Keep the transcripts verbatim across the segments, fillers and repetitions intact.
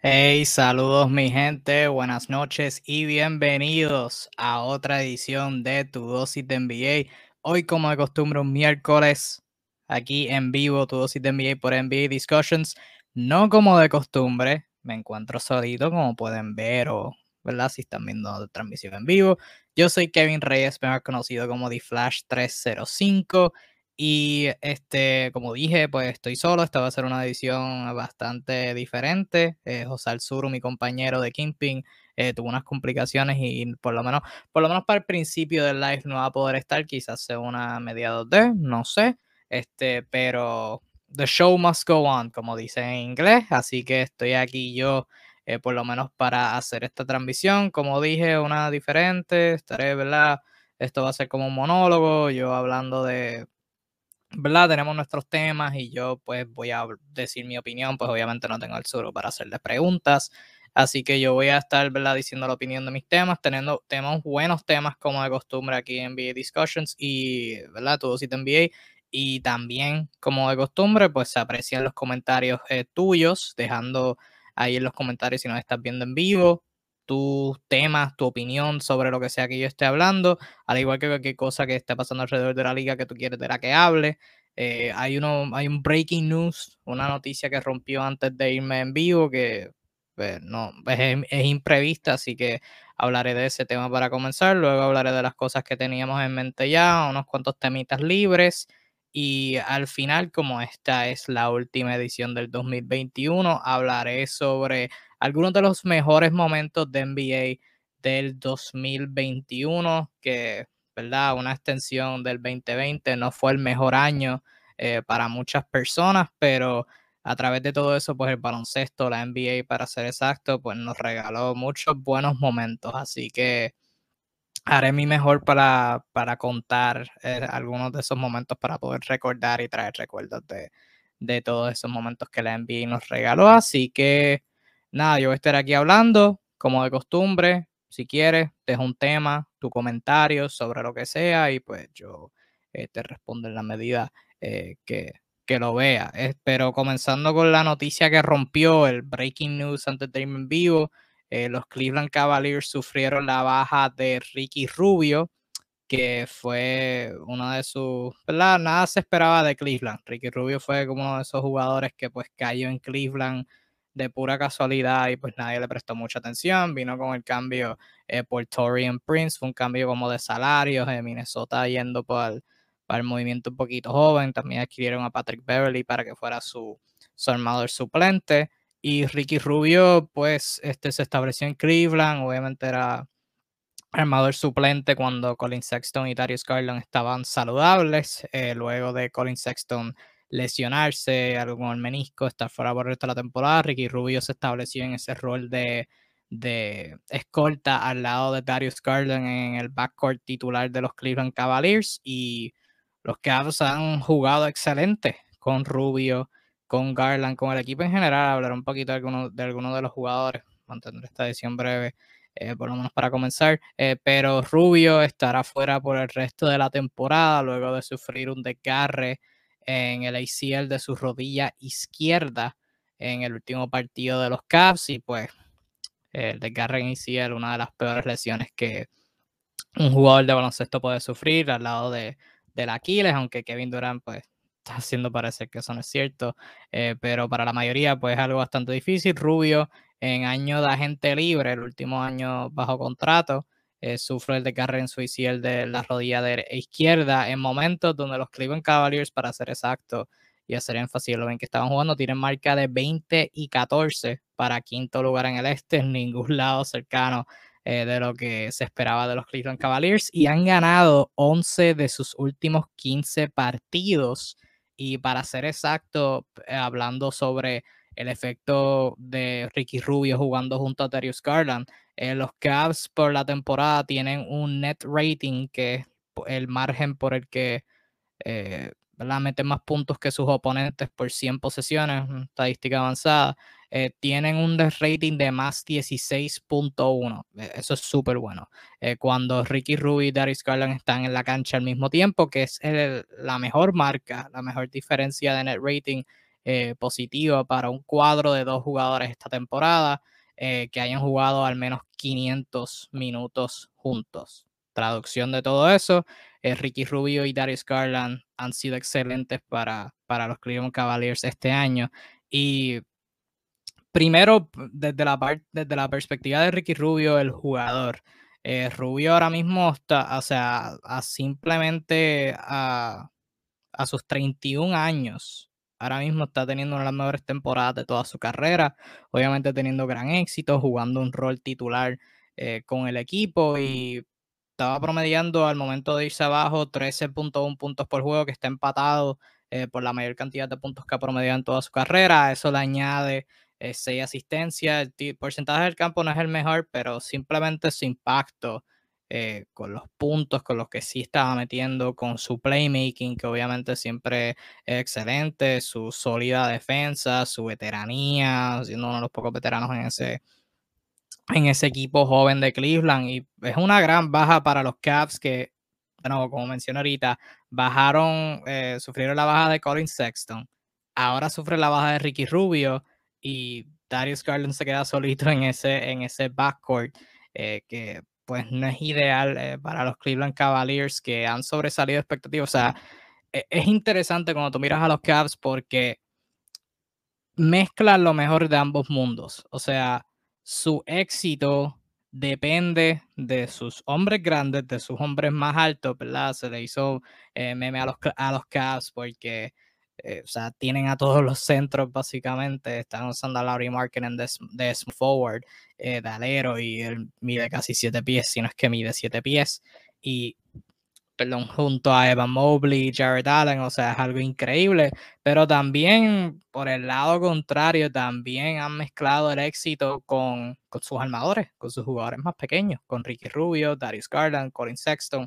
Hey, saludos mi gente, buenas noches y bienvenidos a otra edición de Tu Dosis de N B A. Hoy, como de costumbre, un miércoles, aquí en vivo, Tu Dosis de N B A por N B A Discussions. No como de costumbre, me encuentro solito, como pueden ver, o, ¿verdad? Si están viendo la transmisión en vivo. Yo soy Kevin Reyes, mejor conocido como The Flash trescientos cinco. Y este, como dije, pues estoy solo. Esta va a ser una edición bastante diferente. Eh, José Alzuru, mi compañero de Kingpin, eh, tuvo unas complicaciones y por lo menos, por lo menos para el principio del live no va a poder estar. Quizás sea una mediados de, no sé. Este, pero the show must go on, como dicen en inglés. Así que estoy aquí yo, eh, por lo menos para hacer esta transmisión. Como dije, una diferente. Estaré, ¿verdad? Esto va a ser como un monólogo, yo hablando de, ¿verdad? Tenemos nuestros temas y yo pues voy a decir mi opinión, pues obviamente no tengo el suro para hacerle preguntas, así que yo voy a estar, ¿verdad? Diciendo la opinión de mis temas, teniendo, tenemos buenos temas como de costumbre aquí en N B A Discussions y, ¿verdad? Todo sitio N B A y también como de costumbre pues se aprecian los comentarios eh, tuyos, dejando ahí en los comentarios si nos estás viendo en vivo tus temas, tu opinión sobre lo que sea que yo esté hablando, al igual que cualquier cosa que esté pasando alrededor de la liga que tú quieres de la que hable. Eh, hay, uno, hay un breaking news, una noticia que rompió antes de irme en vivo que pues, no, es, es imprevista, así que hablaré de ese tema para comenzar. Luego hablaré de las cosas que teníamos en mente ya, unos cuantos temitas libres. Y al final, como esta es la última edición del dos mil veintiuno, hablaré sobre algunos de los mejores momentos de N B A del dos mil veintiuno, que, ¿verdad? Una extensión del veinte veinte, no fue el mejor año eh, para muchas personas, pero a través de todo eso, pues el baloncesto, la N B A para ser exacto, pues nos regaló muchos buenos momentos, así que haré mi mejor para, para contar eh, algunos de esos momentos para poder recordar y traer recuerdos de, de todos esos momentos que la N B A nos regaló. Así que nada, yo voy a estar aquí hablando, como de costumbre. Si quieres, deja un tema, tu comentario sobre lo que sea y pues yo eh, te respondo en la medida eh, que, que lo vea. Eh, pero comenzando con la noticia que rompió el breaking news antes de irme en vivo. Eh, los Cleveland Cavaliers sufrieron la baja de Ricky Rubio, que fue uno de sus, ¿verdad? Nada se esperaba de Cleveland. Ricky Rubio fue como uno de esos jugadores que pues cayó en Cleveland de pura casualidad y pues nadie le prestó mucha atención. Vino con el cambio eh, por Torian Prince, fue un cambio como de salarios, de Minnesota yendo para el, para el movimiento un poquito joven. También adquirieron a Patrick Beverly para que fuera su, su armador suplente. Y Ricky Rubio, pues, este, se estableció en Cleveland. Obviamente era armador suplente cuando Colin Sexton y Darius Garland estaban saludables. Eh, luego de Colin Sexton lesionarse, algo con el menisco, estar fuera por el resto de la temporada, Ricky Rubio se estableció en ese rol de, de escolta al lado de Darius Garland en el backcourt titular de los Cleveland Cavaliers. Y los Cavs han jugado excelente con Rubio, con Garland, con el equipo en general. Hablar un poquito de algunos de, algunos de los jugadores, mantendré esta edición breve. Eh, por lo menos para comenzar, eh, pero Rubio estará fuera por el resto de la temporada luego de sufrir un desgarre en el A C L de su rodilla izquierda en el último partido de los Cavs y pues el desgarre en A C L, una de las peores lesiones que un jugador de baloncesto puede sufrir al lado de, del Aquiles, aunque Kevin Durant pues está haciendo parecer que eso no es cierto, eh, pero para la mayoría pues es algo bastante difícil. Rubio en año de agente libre, el último año bajo contrato, eh, sufre el desgarre en su A C L de la rodilla de izquierda en momentos donde los Cleveland Cavaliers, para ser exacto y hacer énfasis en lo bien que estaban jugando, tienen marca de veinte y catorce para quinto lugar en el este, en ningún lado cercano eh, de lo que se esperaba de los Cleveland Cavaliers y han ganado once de sus últimos quince partidos. Y para ser exacto, eh, hablando sobre el efecto de Ricky Rubio jugando junto a Darius Garland, eh, los Cavs por la temporada tienen un net rating que es el margen por el que eh, ¿verdad? Meten más puntos que sus oponentes por cien posesiones, estadística avanzada. Eh, tienen un rating de más dieciséis punto uno. Eh, eso es súper bueno. Eh, cuando Ricky Rubio y Darius Garland están en la cancha al mismo tiempo, que es el, la mejor marca, la mejor diferencia de net rating eh, positiva para un cuadro de dos jugadores esta temporada eh, que hayan jugado al menos quinientos minutos juntos. Traducción de todo eso, eh, Ricky Rubio y Darius Garland han sido excelentes para, para los Cleveland Cavaliers este año. Y primero, desde la, par- desde la perspectiva de Ricky Rubio, el jugador. eh, Rubio ahora mismo está, o sea, a simplemente a, a sus treinta y un años, ahora mismo está teniendo una de las mejores temporadas de toda su carrera, obviamente teniendo gran éxito, jugando un rol titular eh, con el equipo y estaba promediando al momento de irse abajo trece punto uno puntos por juego, que está empatado eh, por la mayor cantidad de puntos que ha promediado en toda su carrera. A eso le añade eh, seis asistencias. El porcentaje del campo no es el mejor, pero simplemente su impacto eh, con los puntos, con los que sí estaba metiendo, con su playmaking, que obviamente siempre es excelente, su sólida defensa, su veteranía, siendo uno de los pocos veteranos en ese, en ese equipo joven de Cleveland. Y es una gran baja para los Cavs que, de nuevo, como mencioné ahorita, bajaron, eh, sufrieron la baja de Colin Sexton, ahora sufre la baja de Ricky Rubio y Darius Garland se queda solito en ese, en ese backcourt eh, que pues no es ideal eh, para los Cleveland Cavaliers, que han sobresalido expectativas. O sea, e- es interesante cuando tú miras a los Cavs porque mezclan lo mejor de ambos mundos. O sea, su éxito depende de sus hombres grandes, de sus hombres más altos, ¿verdad? Se le hizo eh, meme a los, a los Cavs porque, eh, o sea, tienen a todos los centros básicamente. Están usando a Larry Markkinen de, de small forward, eh, de alero, y él mide casi siete pies, si no es que mide siete pies. Y perdón, junto a Evan Mobley y Jared Allen, o sea, es algo increíble, pero también por el lado contrario, también han mezclado el éxito con, con sus armadores, con sus jugadores más pequeños, con Ricky Rubio, Darius Garland, Colin Sexton,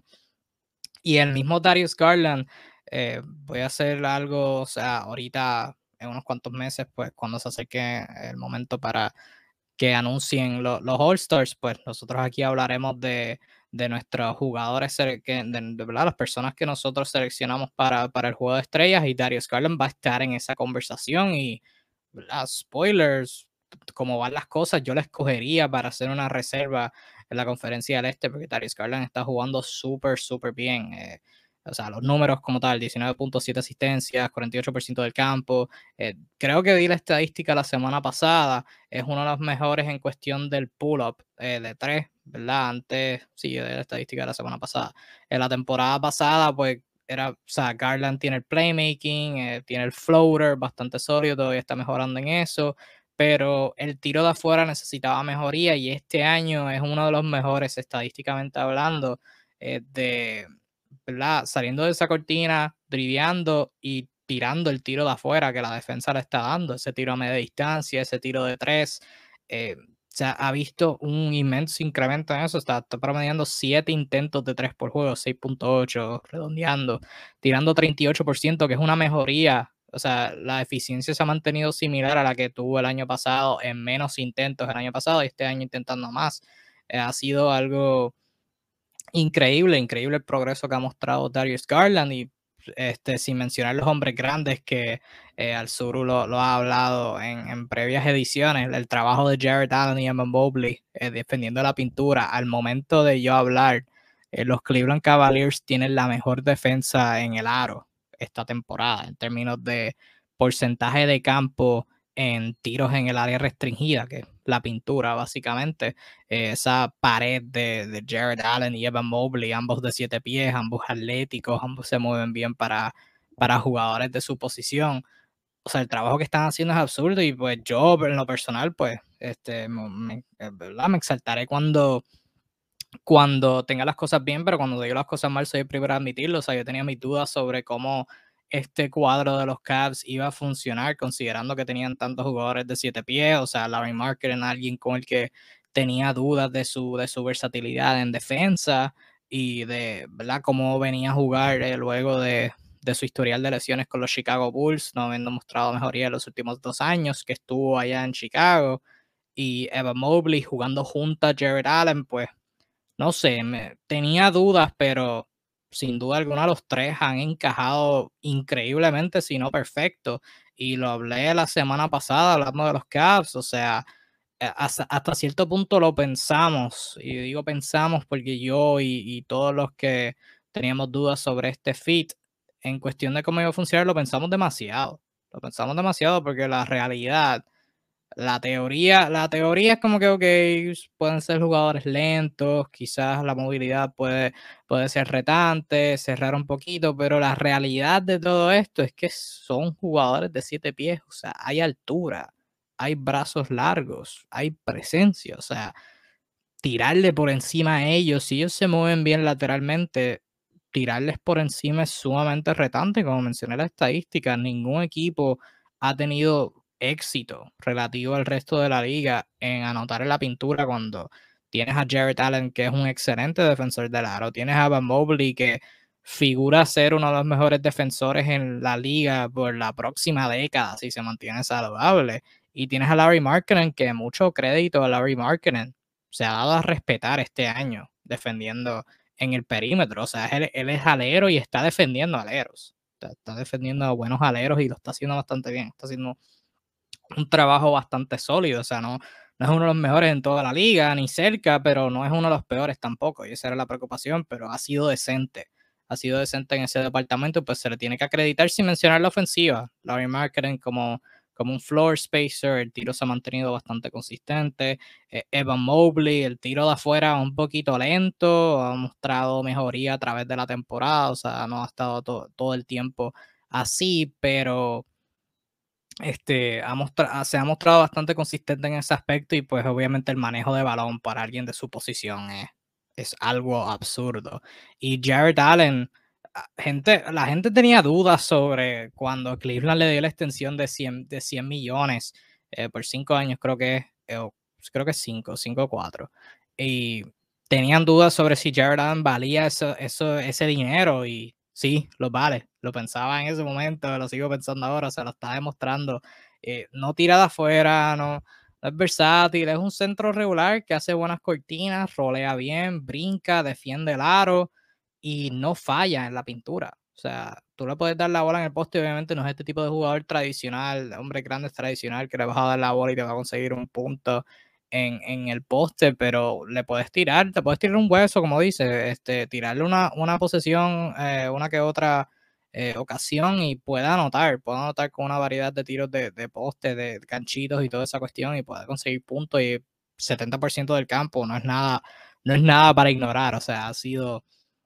y el mismo Darius Garland. Eh, voy a hacer algo, o sea, ahorita en unos cuantos meses, pues cuando se acerque el momento para que anuncien lo- los All-Stars, pues nosotros aquí hablaremos de, de nuestros jugadores, sele- que- de, de, ¿verdad? Las personas que nosotros seleccionamos para, para el juego de estrellas, y Darius Garland va a estar en esa conversación y, ¿verdad? Spoilers, como van las cosas, yo la escogería para hacer una reserva en la conferencia del Este, porque Darius Garland está jugando súper, súper bien. eh, o sea, los números como tal, diecinueve punto siete asistencias, cuarenta y ocho por ciento del campo. eh, creo que di la estadística la semana pasada, es uno de los mejores en cuestión del pull-up eh, de tres, ¿verdad? Antes, sí, de la estadística de la semana pasada. En la temporada pasada, pues, era, o sea, Garland tiene el playmaking, eh, tiene el floater bastante sólido, todavía está mejorando en eso, pero el tiro de afuera necesitaba mejoría y este año es uno de los mejores estadísticamente hablando, eh, de, ¿verdad? Saliendo de esa cortina, driviando y tirando el tiro de afuera que la defensa le está dando, ese tiro a media distancia, ese tiro de tres. eh, o sea, ha visto un inmenso incremento en eso. Está, está promediando siete intentos de tres por juego, seis punto ocho, redondeando, tirando treinta y ocho por ciento, que es una mejoría. O sea, la eficiencia se ha mantenido similar a la que tuvo el año pasado, en menos intentos el año pasado y este año intentando más. Eh, ha sido algo increíble, increíble el progreso que ha mostrado Darius Garland, y este, sin mencionar los hombres grandes que eh, Alzuru lo, lo ha hablado en, en previas ediciones, el trabajo de Jared Allen y Evan Mobley eh, defendiendo la pintura. Al momento de yo hablar, eh, los Cleveland Cavaliers tienen la mejor defensa en el aro esta temporada en términos de porcentaje de campo en tiros en el área restringida, que es la pintura básicamente. Eh, esa pared de, de Jared Allen y Evan Mobley, ambos de siete pies, ambos atléticos, ambos se mueven bien para, para jugadores de su posición. O sea, el trabajo que están haciendo es absurdo y pues yo en lo personal, pues, este, me, ¿verdad? Me exaltaré cuando, cuando tenga las cosas bien, pero cuando digo las cosas mal soy el primero a admitirlo. O sea, yo tenía mis dudas sobre cómo este cuadro de los Cavs iba a funcionar, considerando que tenían tantos jugadores de siete pies. O sea, Larry Markkinen, alguien con el que tenía dudas de su, de su versatilidad en defensa y de, ¿verdad?, cómo venía a jugar eh, luego de, de su historial de lesiones con los Chicago Bulls, no habiendo mostrado mejoría en los últimos dos años que estuvo allá en Chicago. Y Evan Mobley jugando junto a Jared Allen, pues no sé, me, tenía dudas, pero sin duda alguna los tres han encajado increíblemente, si no perfecto. Y lo hablé la semana pasada hablando de los Cavs, o sea, eh, hasta, hasta cierto punto lo pensamos, y digo pensamos porque yo y, y todos los que teníamos dudas sobre este fit, en cuestión de cómo iba a funcionar, lo pensamos demasiado. Lo pensamos demasiado porque la realidad, la teoría, la teoría es como que, okey, pueden ser jugadores lentos, quizás la movilidad puede puede ser retante, cerrar un poquito, pero la realidad de todo esto es que son jugadores de siete pies, o sea, hay altura, hay brazos largos, hay presencia, o sea, tirarle por encima a ellos, si ellos se mueven bien lateralmente, tirarles por encima es sumamente retante, como mencioné la estadística, ningún equipo ha tenido éxito relativo al resto de la liga en anotar en la pintura cuando tienes a Jarrett Allen, que es un excelente defensor del aro, tienes a Evan Mobley, que figura ser uno de los mejores defensores en la liga por la próxima década, si se mantiene saludable, y tienes a Larry Markkinen, que mucho crédito a Larry Markkinen, se ha dado a respetar este año defendiendo en el perímetro. O sea, él, él es alero y está defendiendo aleros. Está, está defendiendo a buenos aleros y lo está haciendo bastante bien. Está haciendo un trabajo bastante sólido. O sea, no, no es uno de los mejores en toda la liga, ni cerca, pero no es uno de los peores tampoco. Y esa era la preocupación, pero ha sido decente. Ha sido decente en ese departamento, pues se le tiene que acreditar sin mencionar la ofensiva. Larry Marketing como, como un floor spacer, el tiro se ha mantenido bastante consistente. Eh, Evan Mobley, el tiro de afuera un poquito lento, ha mostrado mejoría a través de la temporada, o sea, no ha estado to todo el tiempo así, pero este, ha mostra se ha mostrado bastante consistente en ese aspecto y pues obviamente el manejo de balón para alguien de su posición es, es algo absurdo. Y Jared Allen, ah, gente, la gente tenía dudas sobre cuando Cleveland le dio la extensión de cien, de cien millones eh, por cinco años, creo que es, eh, o- creo que es cinco, cinco o cuatro. Y tenían dudas sobre si Jared Allen valía eso, eso, ese dinero y sí, lo vale. Lo pensaba en ese momento, lo sigo pensando ahora, o sea, lo está demostrando. Eh, no tira de afuera, no, no es versátil, es un centro regular que hace buenas cortinas, rolea bien, brinca, defiende el aro y no falla en la pintura. O sea, tú le puedes dar la bola en el poste, obviamente no es este tipo de jugador tradicional, hombre grande tradicional que le vas a dar la bola y te va a conseguir un punto en, en el poste, pero le puedes tirar, te puedes tirar un hueso, como dice, este, tirarle una, una posesión, eh, una que otra eh, ocasión y pueda anotar, pueda anotar con una variedad de tiros de, de poste, de ganchitos y toda esa cuestión y pueda conseguir puntos y setenta por ciento del campo no es nada, no es nada para ignorar, o sea, ha sido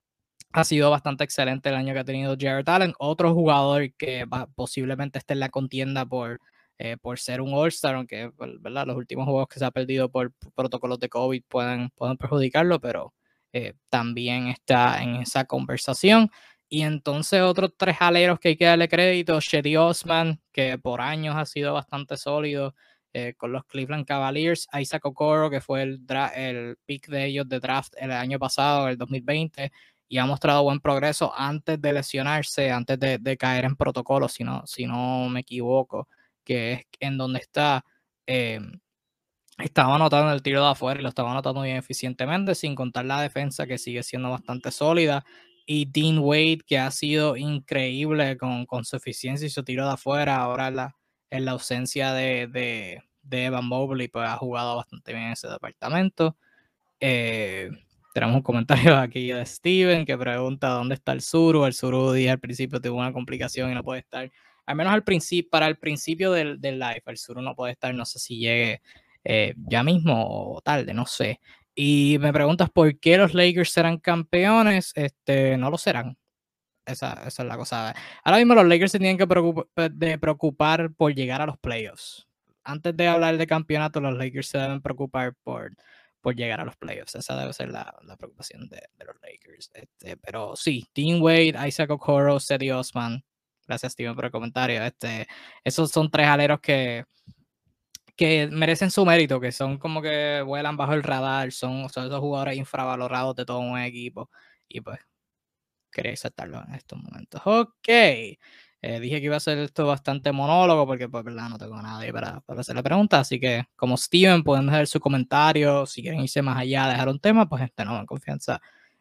ha sido bastante excelente el año que ha tenido Jared Allen. Otro jugador que va, posiblemente esté en la contienda por, eh, por ser un All-Star, aunque ¿verdad? Los últimos juegos que se ha perdido por protocolos de COVID pueden, pueden perjudicarlo, pero eh, también está en esa conversación. Y entonces otros tres aleros que hay que darle crédito, Shetty Osman, que por años ha sido bastante sólido eh, con los Cleveland Cavaliers, Isaac Okoro, que fue el, el pick de ellos de draft el año pasado, el dos mil veinte, y ha mostrado buen progreso antes de lesionarse, antes de, de caer en protocolo, si no, si no me equivoco, que es en donde está, eh, estaba anotando el tiro de afuera y lo estaba anotando bien eficientemente, sin contar la defensa que sigue siendo bastante sólida. Y Dean Wade, que ha sido increíble con, con su eficiencia y su tiro de afuera, ahora en la, en la ausencia de, de, de Evan Mobley, pues ha jugado bastante bien en ese departamento. Eh, tenemos un comentario aquí de Steven que pregunta dónde está el Suru. El Suru dije al principio tuvo una complicación y no puede estar, al menos al principio, para el principio del, del live, el Suru no puede estar, no sé si llegue eh, ya mismo o tarde, no sé. Y me preguntas por qué los Lakers serán campeones, este, no lo serán. Esa, esa es la cosa. Ahora mismo los Lakers se tienen que preocupar, de preocupar por llegar a los playoffs. Antes de hablar de campeonato, los Lakers se deben preocupar por, por llegar a los playoffs. Esa debe ser la, la preocupación de, de, los Lakers. Este, pero sí, Dean Wade, Isaac Okoro, Cedi Osman. Gracias, Steven, por el comentario. Este, esos son tres aleros que, que merecen su mérito, que son como que vuelan bajo el radar, son, son esos jugadores infravalorados de todo un equipo. Y pues quería exaltarlo en estos momentos. Ok. Eh, dije que iba a ser esto bastante monólogo porque, pues, verdad, no tengo a nadie para, para hacerle preguntas. Así que, como Steven, pueden dejar su comentario. Si quieren irse más allá, dejar un tema, pues, este, no, en confianza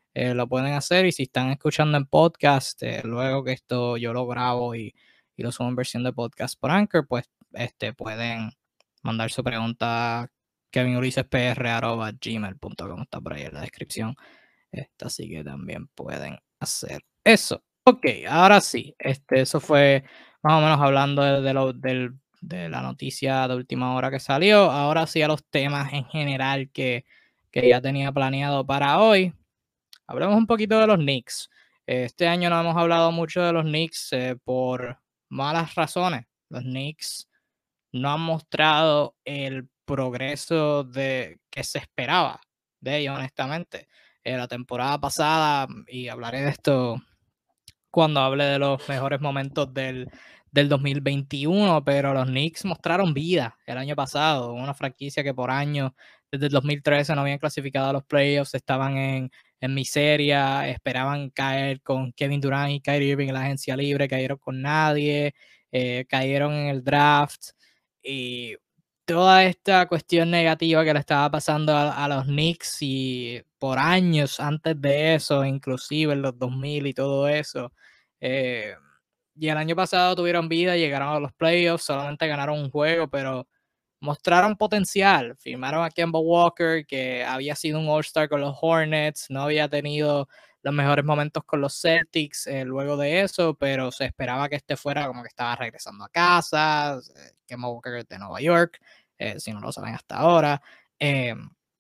eh, lo pueden hacer. Y si están escuchando en podcast, eh, luego que esto yo lo grabo y, y lo subo en versión de podcast por Anchor, pues este, pueden mandar su pregunta a kevin ulises p r arroba gmail punto com, está por ahí en la descripción. Este, así que también pueden hacer eso. Ok, ahora sí, este, eso fue más o menos hablando de, de lo, del, de la noticia de última hora que salió. Ahora sí a los temas en general que, que ya tenía planeado para hoy. Hablemos un poquito de los Knicks. Este año no hemos hablado mucho de los Knicks eh, por malas razones. Los Knicks no han mostrado el progreso de, que se esperaba de ellos, honestamente. Eh, la temporada pasada, y hablaré de esto cuando hable de los mejores momentos del, del dos mil veintiuno, pero los Knicks mostraron vida el año pasado, una franquicia que por años, desde el dos mil trece no habían clasificado a los playoffs, estaban en, en miseria, esperaban caer con Kevin Durant y Kyrie Irving en la agencia libre, cayeron con nadie, eh, cayeron en el draft y toda esta cuestión negativa que le estaba pasando a, a los Knicks y por años antes de eso, inclusive en los dos mil y todo eso, eh, y el año pasado tuvieron vida, llegaron a los playoffs, solamente ganaron un juego, pero mostraron potencial. Firmaron a Kemba Walker, que había sido un All-Star con los Hornets, no había tenido los mejores momentos con los Celtics eh, luego de eso, pero se esperaba que este fuera como que estaba regresando a casa. eh, Kemba Walker de Nueva York, eh, si no lo saben hasta ahora. Eh,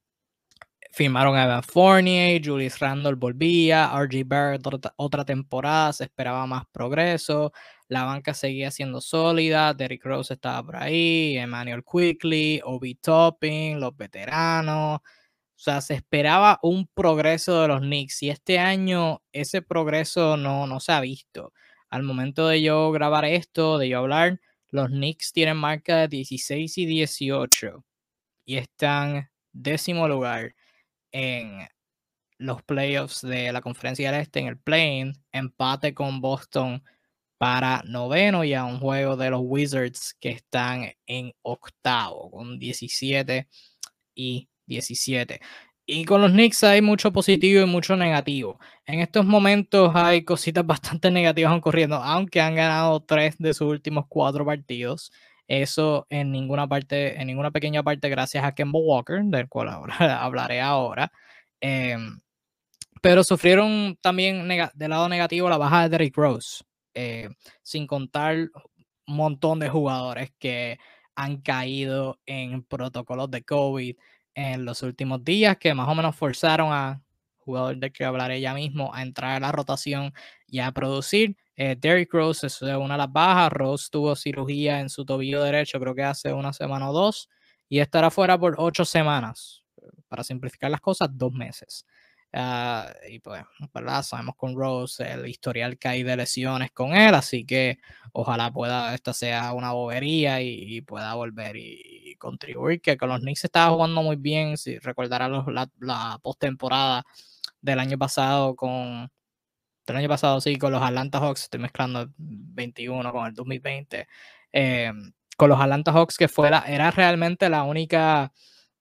Firmaron a Evan Fournier, Julius Randle volvía, R J Barrett otra, otra temporada, se esperaba más progreso, la banca seguía siendo sólida, Derrick Rose estaba por ahí, Emmanuel Quickley, Obi Toppin, los veteranos, o sea, se esperaba un progreso de los Knicks y este año ese progreso no, no se ha visto. Al momento de yo grabar esto, de yo hablar, los Knicks tienen marca de dieciséis y dieciocho y están décimo lugar en los playoffs de la Conferencia del Este, en el play-in, empate con Boston para noveno y a un juego de los Wizards que están en octavo con diecisiete y diecisiete. Y con los Knicks hay mucho positivo y mucho negativo. En estos momentos hay cositas bastante negativas ocurriendo, aunque han ganado tres de sus últimos cuatro partidos. Eso en ninguna parte, en ninguna pequeña parte, gracias a Kemba Walker, del cual ahora, hablaré ahora. Eh, pero sufrieron también del lado negativo la baja de Derrick Rose, eh, sin contar un montón de jugadores que han caído en protocolos de COVID en los últimos días, que más o menos forzaron a jugadores del que hablaré ya mismo a entrar a la rotación y a producir. Eh, Derrick Rose es una de las bajas. Rose tuvo cirugía en su tobillo derecho, creo que hace una semana o dos, y estará fuera por ocho semanas. Para simplificar las cosas, dos meses. Uh, y pues, ¿verdad? Sabemos con Rose el historial que hay de lesiones con él, así que ojalá pueda, esta sea una bobería y, y pueda volver y, y, contribuir, que con los Knicks estaba jugando muy bien, si recordarán los, la, la postemporada del año pasado con, del año pasado, sí, con los Atlanta Hawks, estoy mezclando el veintiuno con el dos mil veinte, eh, con los Atlanta Hawks, que fue la, era realmente la única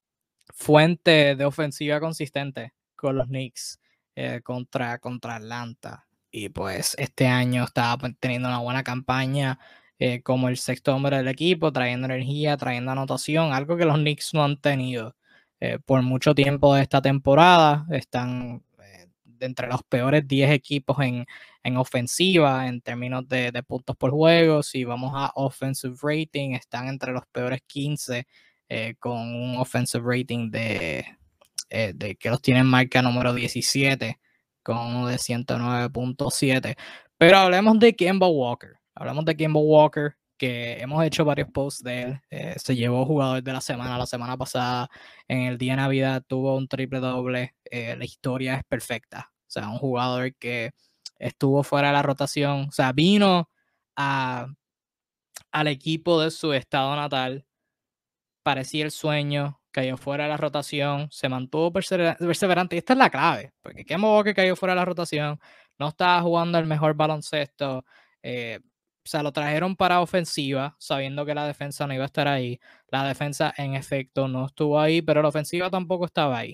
fuente de ofensiva consistente con los Knicks eh, contra, contra Atlanta. Y pues este año estaba teniendo una buena campaña eh, como el sexto hombre del equipo, trayendo energía, trayendo anotación, algo que los Knicks no han tenido eh, por mucho tiempo de esta temporada. Están eh, de entre los peores diez equipos en, en ofensiva en términos de, de puntos por juego. Si vamos a offensive rating, están entre los peores quince eh, con un offensive rating de, eh, de que los tienen marca número diecisiete con uno de ciento nueve punto siete. Pero hablemos de Kemba Walker. Hablamos de Kemba Walker, que hemos hecho varios posts de él. Eh, se llevó jugador de la semana la semana pasada. En el día de Navidad tuvo un triple doble. Eh, la historia es perfecta. O sea, un jugador que estuvo fuera de la rotación. O sea, vino a, al equipo de su estado natal, parecía el sueño, cayó fuera de la rotación, se mantuvo perseverante. Y esta es la clave, porque Kemba Walker cayó fuera de la rotación, no estaba jugando el mejor baloncesto. Eh, o sea, lo trajeron para ofensiva, sabiendo que la defensa no iba a estar ahí. La defensa, en efecto, no estuvo ahí, pero la ofensiva tampoco estaba ahí.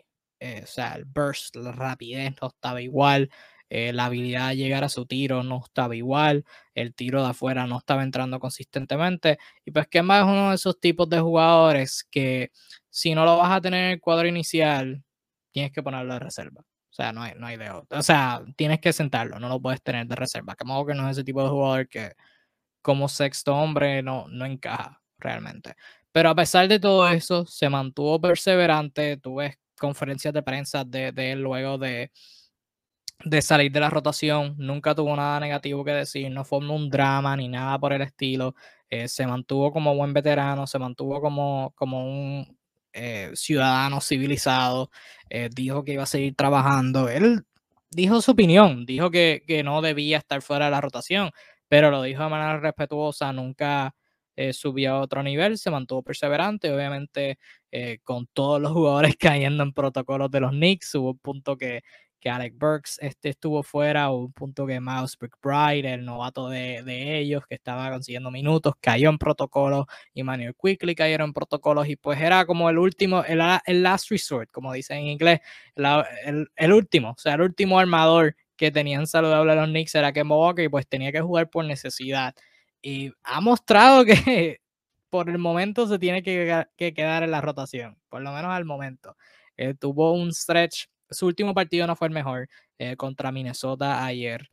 Eh, o sea, el burst, la rapidez no estaba igual. Eh, la habilidad de llegar a su tiro no estaba igual. El tiro de afuera no estaba entrando consistentemente. Y pues Kemba es uno de esos tipos de jugadores que si no lo vas a tener en el cuadro inicial, tienes que ponerlo de reserva. O sea, no hay, no hay de otro. O sea, tienes que sentarlo, no lo puedes tener de reserva. Kemba Walker no es ese tipo de jugador que como sexto hombre no, no encaja realmente. Pero a pesar de todo eso, se mantuvo perseverante. Tuve conferencias de prensa de, de él luego de, de salir de la rotación. Nunca tuvo nada negativo que decir, no formó un drama ni nada por el estilo. Eh, se mantuvo como buen veterano, se mantuvo como, como un eh, ciudadano civilizado. Eh, dijo que iba a seguir trabajando. Él dijo su opinión, dijo que, que no debía estar fuera de la rotación, pero lo dijo de manera respetuosa, nunca eh, subió a otro nivel, se mantuvo perseverante. Obviamente, eh, con todos los jugadores cayendo en protocolos de los Knicks, hubo un punto que que Alec Burks este, estuvo fuera, o un punto que Miles McBride, el novato de, de ellos, que estaba consiguiendo minutos, cayó en protocolos, y Manuel Quickley cayeron en protocolos, y pues era como el último, el, el last resort, como dicen en inglés, la, el, el último, o sea, el último armador que tenían saludable a los Knicks era Kemba Walker, y pues tenía que jugar por necesidad. Y ha mostrado que por el momento se tiene que, que quedar en la rotación, por lo menos al momento. Eh, tuvo un stretch. Su último partido no fue el mejor, eh, contra Minnesota ayer.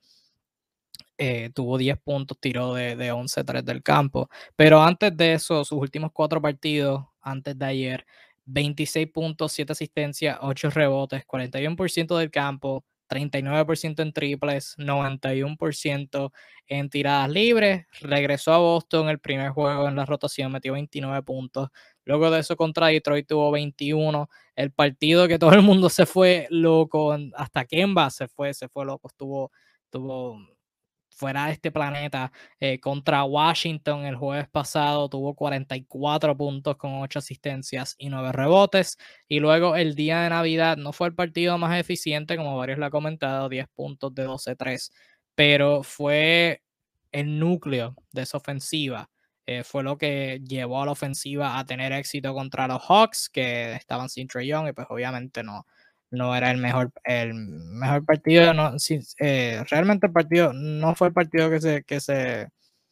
Eh, tuvo diez puntos, tiró de, de once tres del campo. Pero antes de eso, sus últimos cuatro partidos, antes de ayer, veintiséis puntos, siete asistencias, ocho rebotes, cuarenta y uno por ciento del campo, treinta y nueve por ciento en triples, noventa y uno por ciento en tiradas libres. Regresó a Boston el primer juego en la rotación, metió veintinueve puntos. Luego de eso contra Detroit tuvo veintiuno. El partido que todo el mundo se fue loco, hasta Kemba se fue, se fue loco, estuvo, estuvo fuera de este planeta, eh, contra Washington el jueves pasado, tuvo cuarenta y cuatro puntos con ocho asistencias y nueve rebotes. Y luego el día de Navidad no fue el partido más eficiente, como varios lo han comentado, diez puntos de doce tres, pero fue el núcleo de esa ofensiva. Eh, fue lo que llevó a la ofensiva a tener éxito contra los Hawks, que estaban sin Trae Young, y pues obviamente no, no era el mejor, el mejor partido. No, sí, eh, realmente el partido no fue el partido que se, que se,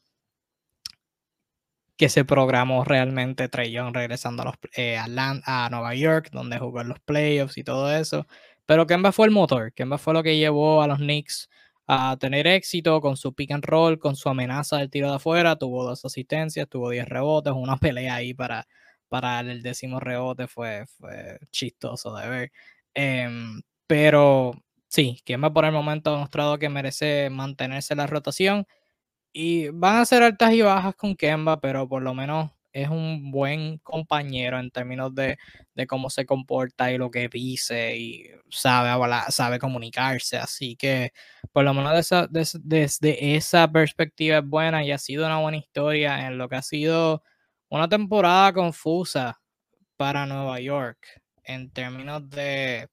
que se programó realmente. Trae Young regresando a, los, eh, a, Land, a Nueva York, donde jugó en los playoffs y todo eso. Pero Kemba fue el motor, Kemba fue lo que llevó a los Knicks a tener éxito con su pick and roll, con su amenaza del tiro de afuera. Tuvo dos asistencias, tuvo diez rebotes, una pelea ahí para, para el décimo rebote. Fue, fue chistoso de ver. Eh, pero sí, Kemba por el momento ha demostrado que merece mantenerse en la rotación. Y van a ser altas y bajas con Kemba, pero por lo menos es un buen compañero en términos de, de cómo se comporta y lo que dice, y sabe hablar, sabe comunicarse. Así que por lo menos desde esa, desde esa perspectiva es buena, y ha sido una buena historia en lo que ha sido una temporada confusa para Nueva York en términos de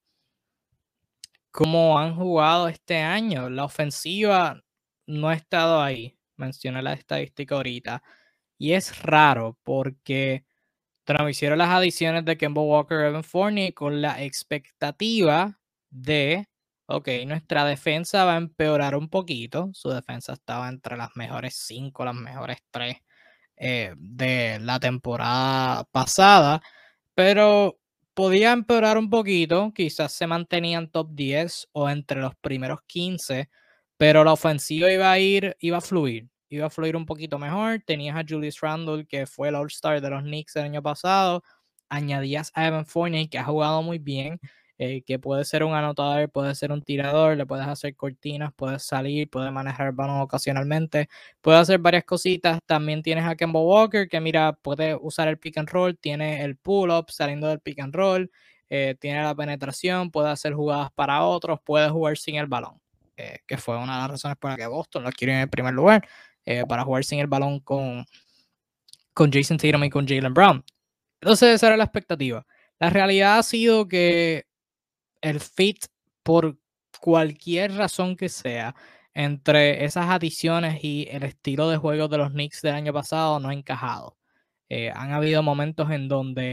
cómo han jugado este año. La ofensiva no ha estado ahí. Mencioné la estadística ahorita. Y es raro porque hicieron las adiciones de Kemba Walker y Evan Fournier con la expectativa de, ok, nuestra defensa va a empeorar un poquito. Su defensa estaba entre las mejores cinco, las mejores tres eh, de la temporada pasada, pero podía empeorar un poquito. Quizás se mantenían top diez o entre los primeros quince, pero la ofensiva iba a ir, iba a fluir, iba a fluir un poquito mejor. Tenías a Julius Randle, que fue el All-Star de los Knicks el año pasado. Añadías a Evan Fournier, que ha jugado muy bien, eh, que puede ser un anotador, puede ser un tirador, le puedes hacer cortinas, puedes salir, puede manejar el balón ocasionalmente, puede hacer varias cositas. También tienes a Kemba Walker, que mira, puede usar el pick and roll, tiene el pull-up saliendo del pick and roll, eh, tiene la penetración, puede hacer jugadas para otros, puede jugar sin el balón, eh, que fue una de las razones por las que Boston lo quiere en el primer lugar, eh, para jugar sin el balón con, con Jason Tatum y con Jaylen Brown. Entonces esa era la expectativa. La realidad ha sido que el fit, por cualquier razón que sea, entre esas adiciones y el estilo de juego de los Knicks del año pasado no ha encajado. Eh, han habido momentos en donde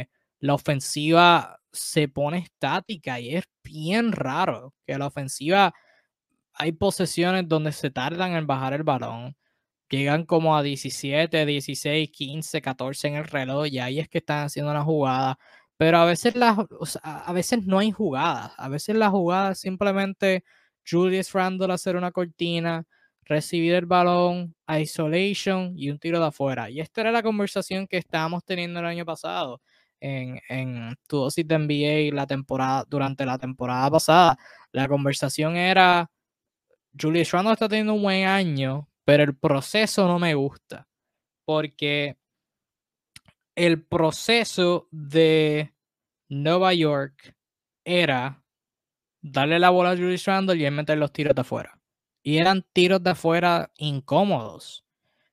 la ofensiva se pone estática y es bien raro que la ofensiva hay posesiones donde se tardan en bajar el balón. Llegan como a diecisiete, dieciséis, quince, catorce en el reloj y ahí es que están haciendo una jugada. Pero a veces, las, o sea, a veces no hay jugadas. A veces la jugada es simplemente Julius Randle hacer una cortina, recibir el balón, isolation y un tiro de afuera. Y esta era la conversación que estábamos teniendo el año pasado en, en tu dosis de N B A la temporada, durante la temporada pasada. La conversación era Julius Randle está teniendo un buen año, pero el proceso no me gusta. Porque el proceso de Nueva York era darle la bola a Julius Randle y él meter los tiros de afuera. Y eran tiros de afuera incómodos.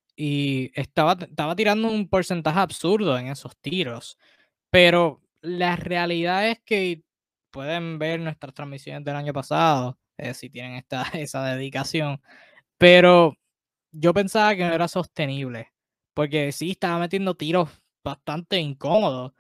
Y estaba, estaba tirando un porcentaje absurdo en esos tiros. Pero la realidad es que pueden ver nuestras transmisiones del año pasado, eh, si tienen esta, esa dedicación. Pero yo pensaba que no era sostenible, porque sí, estaba metiendo tiros bastante incómodos,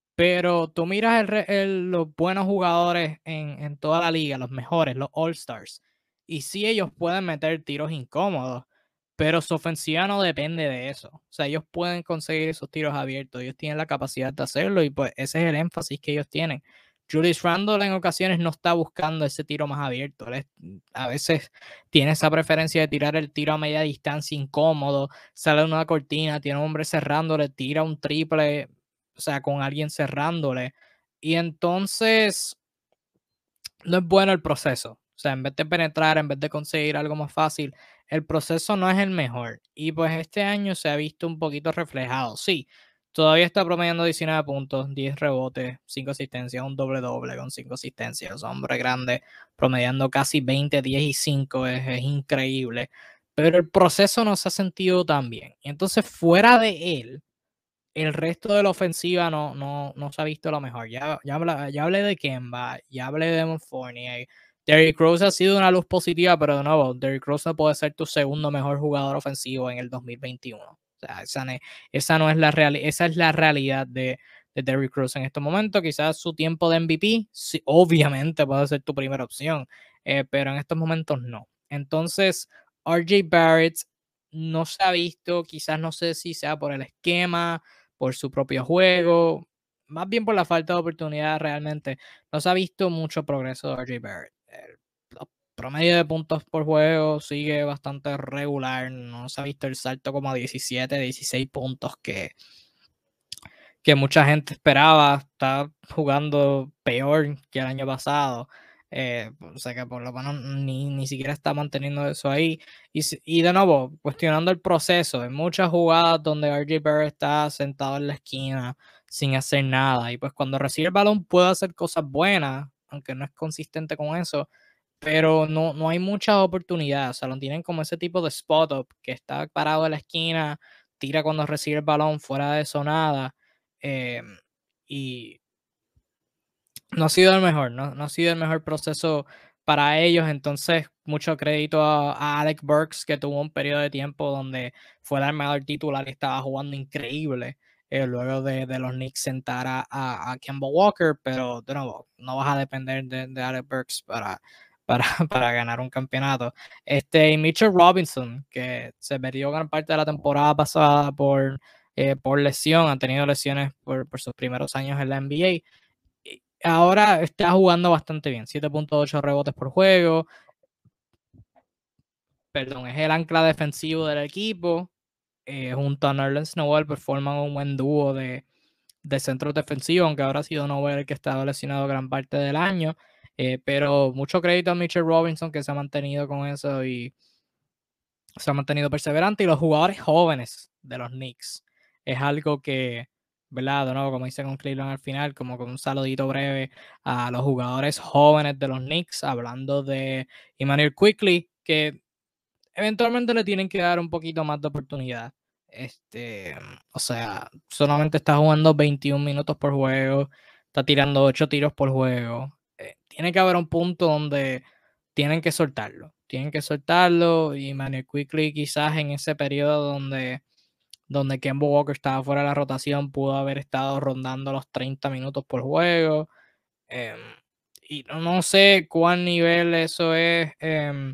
pero tú miras el re- el- los buenos jugadores en, en toda la liga, los mejores, los All-Stars, y sí ellos pueden meter tiros incómodos, pero su ofensiva no depende de eso. O sea, ellos pueden conseguir esos tiros abiertos, ellos tienen la capacidad de hacerlo y pues ese es el énfasis que ellos tienen. Julius Randle en ocasiones no está buscando ese tiro más abierto. Él es- a veces tiene esa preferencia de tirar el tiro a media distancia incómodo, sale de una cortina, tiene un hombre cerrándole, tira un triple, o sea, con alguien cerrándole. Y entonces no es bueno el proceso. O sea, en vez de penetrar, en vez de conseguir algo más fácil, el proceso no es el mejor. Y pues este año se ha visto un poquito reflejado. Sí, todavía está promediando diecinueve puntos, diez rebotes, cinco asistencias, un doble doble con cinco asistencias. Hombre grande, promediando casi veinte, diez y cinco, es, es increíble. Pero el proceso no se ha sentido tan bien. Y entonces, fuera de él, el resto de la ofensiva no, no, no se ha visto lo mejor. Ya, ya, habla- ya hablé de Kemba, ya hablé de Evan Fournier. Derrick Rose ha sido una luz positiva, pero de nuevo, Derrick Rose no puede ser tu segundo mejor jugador ofensivo en el dos mil veintiuno. O sea, esa, no, esa no es la real, esa es la realidad de, de Derrick Rose en este momento. Quizás su tiempo de M V P, sí, obviamente puede ser tu primera opción, eh, pero en estos momentos no. Entonces, R J Barrett no se ha visto, quizás no sé si sea por el esquema, por su propio juego, más bien por la falta de oportunidad realmente. No se ha visto mucho progreso de R J Barrett. El promedio de puntos por juego sigue bastante regular. No se ha visto el salto como a diecisiete, dieciséis puntos que, que mucha gente esperaba. Está jugando peor que el año pasado. Eh, o sea que por lo menos ni, ni siquiera está manteniendo eso ahí. Y, y de nuevo, cuestionando el proceso. Hay muchas jugadas donde R J Barrett está sentado en la esquina sin hacer nada. Y pues cuando recibe el balón puede hacer cosas buenas, aunque no es consistente con eso. Pero no, no hay muchas oportunidades. O sea, lo tienen como ese tipo de spot up que está parado en la esquina, tira cuando recibe el balón fuera de eso nada. Eh, y no ha sido el mejor, ¿no? No ha sido el mejor proceso para ellos. Entonces, mucho crédito a, a Alec Burks, que tuvo un periodo de tiempo donde fue el armador titular y estaba jugando increíble. Eh, luego de, de los Knicks sentar a, a, a Kemba Walker, pero de nuevo, no vas a depender de, de Alec Burks para, para, para ganar un campeonato. Este, y Mitchell Robinson, que se perdió gran parte de la temporada pasada por, eh, por lesión, han tenido lesiones por, por sus primeros años en la N B A. Ahora está jugando bastante bien, siete punto ocho rebotes por juego. Perdón, es el ancla defensivo del equipo. Eh, junto a Nerlens Noel, pues forman un buen dúo de, de centros defensivos, aunque ahora ha sido Noel el que estaba lesionado gran parte del año. Eh, pero mucho crédito a Mitchell Robinson, que se ha mantenido con eso y se ha mantenido perseverante. Y los jugadores jóvenes de los Knicks es algo que, ¿verdad? De nuevo, como hice con Cleveland al final, como con un saludito breve a los jugadores jóvenes de los Knicks, hablando de Emmanuel Quickley, que eventualmente le tienen que dar un poquito más de oportunidad. Este, o sea, solamente está jugando veintiún minutos por juego, está tirando ocho tiros por juego. Eh, tiene que haber un punto donde tienen que soltarlo. Tienen que soltarlo y Manuel Quickley quizás en ese periodo donde donde Kemba Walker estaba fuera de la rotación, pudo haber estado rondando los treinta minutos por juego. Em, y no, no sé cuál nivel eso es. em,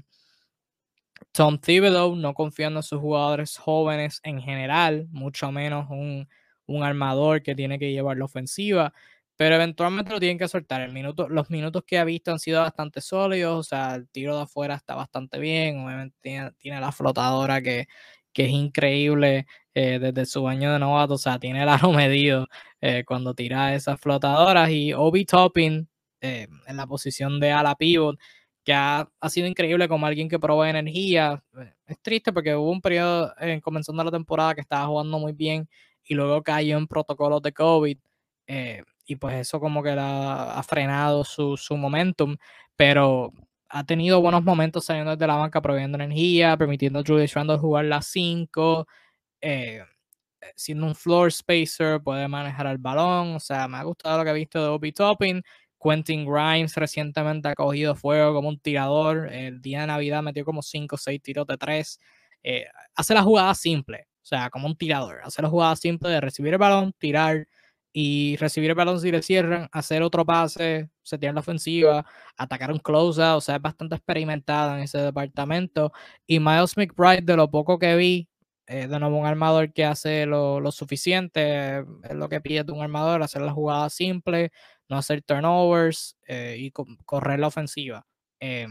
Tom Thibodeau no confiando en sus jugadores jóvenes en general, mucho menos un, un armador que tiene que llevar la ofensiva, pero eventualmente lo tienen que soltar. El minuto, los minutos que ha visto han sido bastante sólidos, o sea, el tiro de afuera está bastante bien, obviamente tiene, tiene la flotadora que, que es increíble eh, desde su año de novato, o sea, tiene el aro medido eh, cuando tira esas flotadoras, y Obi Toppin eh, en la posición de ala pivot que ha, ha, sido increíble como alguien que provee energía. Es triste porque hubo un periodo eh, comenzando la temporada que estaba jugando muy bien y luego cayó en protocolos de COVID eh, y pues eso como que la, ha frenado su, su momentum, pero ha tenido buenos momentos saliendo desde la banca proveyendo energía, permitiendo a Julius Randle jugar las cinco, eh, siendo un floor spacer, puede manejar el balón, o sea, me ha gustado lo que he visto de Obi Toppin. Quentin Grimes recientemente ha cogido fuego como un tirador, el día de Navidad metió como cinco o seis tiros de tres, eh, hace la jugada simple, o sea, como un tirador, hace la jugada simple de recibir el balón, tirar y recibir el balón si le cierran, hacer otro pase, setear la ofensiva, atacar un closeout, o sea, es bastante experimentado en ese departamento. Y Miles McBride, de lo poco que vi, eh, de nuevo un armador que hace lo, lo suficiente, es lo que pide de un armador, hacer la jugada simple, no hacer turnovers eh, y co correr la ofensiva. Eh,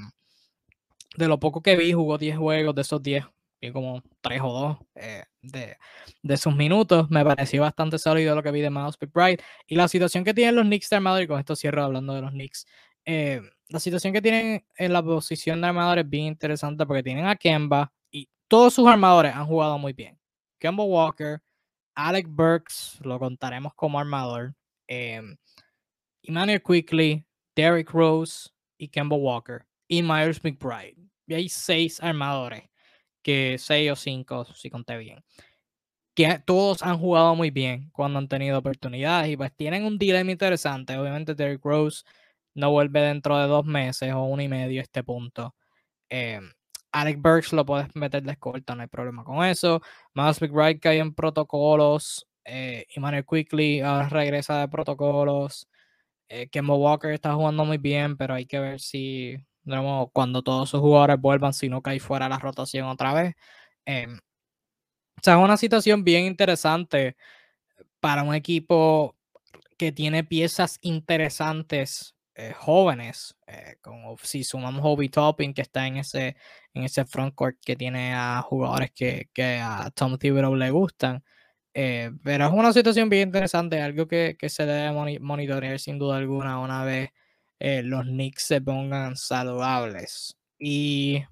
de lo poco que vi, jugó diez juegos, de esos diez, vi como tres o dos eh, de, de sus minutos. Me pareció bastante sólido lo que vi de Miles McBride. Y la situación que tienen los Knicks de armador, y con esto cierro hablando de los Knicks, eh, la situación que tienen en la posición de armador es bien interesante porque tienen a Kemba y todos sus armadores han jugado muy bien. Kemba Walker, Alec Burks, lo contaremos como armador. Eh, Emmanuel Quickley, Derrick Rose y Kemba Walker y Myers McBride. Y hay seis armadores, que seis o cinco, si conté bien, que todos han jugado muy bien cuando han tenido oportunidades y pues tienen un dilema interesante. Obviamente Derrick Rose no vuelve dentro de dos meses o uno y medio a este punto. Eh, Alec Burks lo puedes meter de escolta, no hay problema con eso. Miles McBride cae en protocolos. Eh, Emmanuel Quickley ahora regresa de protocolos. Eh, Kemba Walker está jugando muy bien, pero hay que ver si, digamos, cuando todos sus jugadores vuelvan, si no cae fuera la rotación otra vez. Eh, o sea, es una situación bien interesante para un equipo que tiene piezas interesantes eh, jóvenes, eh, como si sumamos Obi Toppin, que está en ese, en ese frontcourt que tiene a jugadores que, que a Tom Thibodeau le gustan. Eh, pero es una situación bien interesante, algo que, que se debe moni- monitorear sin duda alguna una vez eh, los Knicks se pongan saludables. Y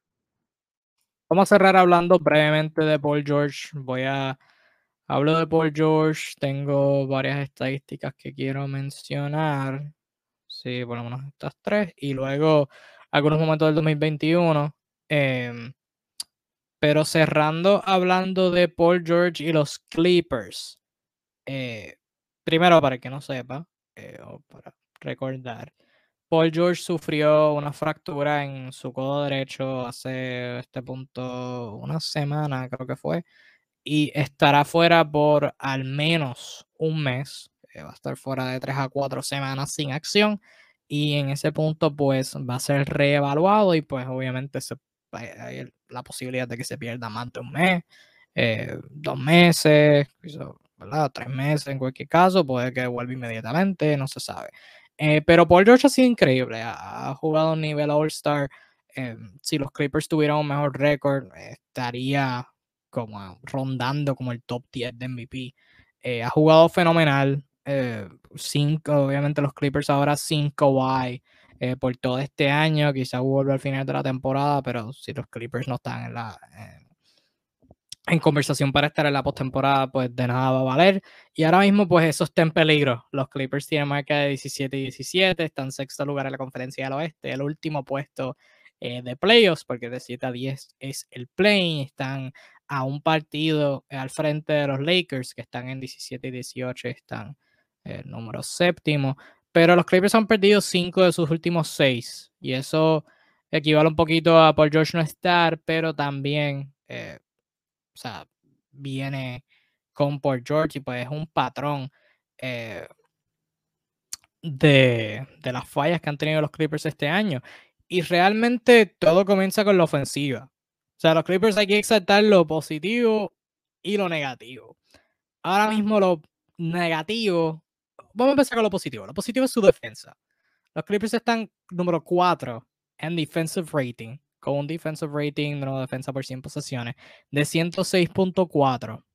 vamos a cerrar hablando brevemente de Paul George. Voy a hablo de Paul George, tengo varias estadísticas que quiero mencionar. Sí, por lo menos estas tres. Y luego algunos momentos del dos mil veintiuno. em, pero cerrando hablando de Paul George y los Clippers. eh, primero, para el que no sepa, eh, o para recordar, Paul George sufrió una fractura en su codo derecho hace este punto una semana, creo que fue, y estará fuera por al menos un mes. eh, va a estar fuera de tres a cuatro semanas sin acción. Y en ese punto, pues va a ser reevaluado y, pues, obviamente, se, hay hay la posibilidad de que se pierda más de un mes, eh, dos meses, quizá, ¿verdad? Tres meses en cualquier caso. Puede que vuelva inmediatamente, no se sabe. Eh, pero Paul George ha sido increíble. Ha, ha jugado a un nivel All-Star. Eh, si los Clippers tuvieran un mejor récord, eh, estaría como rondando como el top diez de M V P. Eh, ha jugado fenomenal. Eh, cinco, obviamente los Clippers ahora sin Kawhi eh, por todo este año. Quizá vuelve al final de la temporada, pero si los Clippers no están en la... Eh, en conversación para estar en la postemporada, pues de nada va a valer. Y ahora mismo, pues eso está en peligro. Los Clippers tienen marca de diecisiete y diecisiete, están en sexto lugar en la conferencia del oeste, el último puesto eh, de playoffs, porque de siete a diez es el play. Están a un partido al frente de los Lakers, que están en diecisiete y dieciocho, están el eh, número séptimo. Pero los Clippers han perdido cinco de sus últimos seis, y eso equivale un poquito a Paul George no estar, pero también... Eh, o sea, viene con Paul George y pues es un patrón eh, de, de las fallas que han tenido los Clippers este año. Y realmente todo comienza con la ofensiva. O sea, los Clippers hay que exaltar lo positivo y lo negativo. Ahora mismo lo negativo, vamos a empezar con lo positivo. Lo positivo es su defensa. Los Clippers están número cuatro en defensive rating, con un defensive rating de una defensa por cien posesiones de ciento seis punto cuatro.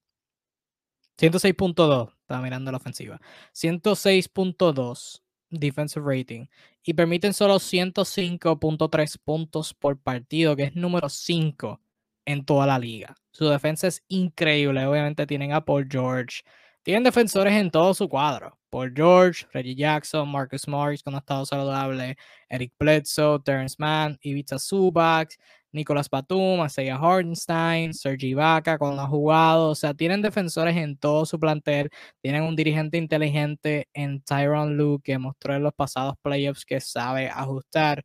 ciento seis punto dos, estaba mirando la ofensiva. ciento seis punto dos defensive rating. Y permiten solo ciento cinco punto tres puntos por partido, que es número cinco en toda la liga. Su defensa es increíble. Obviamente tienen a Paul George. Tienen defensores en todo su cuadro. Paul George, Reggie Jackson, Marcus Morris cuando ha estado saludable, Eric Bledsoe, Terrence Mann, Ivica Zubac, Nicolas Batum, Isaiah Hartenstein, Serge Ibaka cuando ha jugado. O sea, tienen defensores en todo su plantel. Tienen un dirigente inteligente en Tyronn Lue que mostró en los pasados playoffs que sabe ajustar.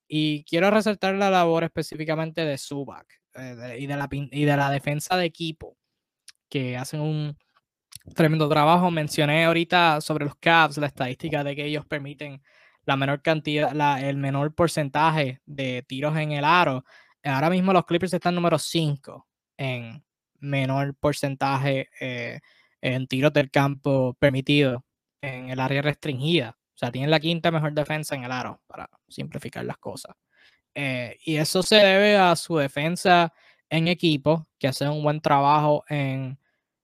Y quiero resaltar la labor específicamente de Zubac eh, de, y, de la, y de la defensa de equipo, que hacen un tremendo trabajo. Mencioné ahorita sobre los Cavs la estadística de que ellos permiten la menor cantidad, la, el menor porcentaje de tiros en el aro. Ahora mismo los Clippers están número cinco en menor porcentaje eh, en tiros del campo permitido en el área restringida. O sea, tienen la quinta mejor defensa en el aro, para simplificar las cosas. Eh, y eso se debe a su defensa en equipo, que hace un buen trabajo en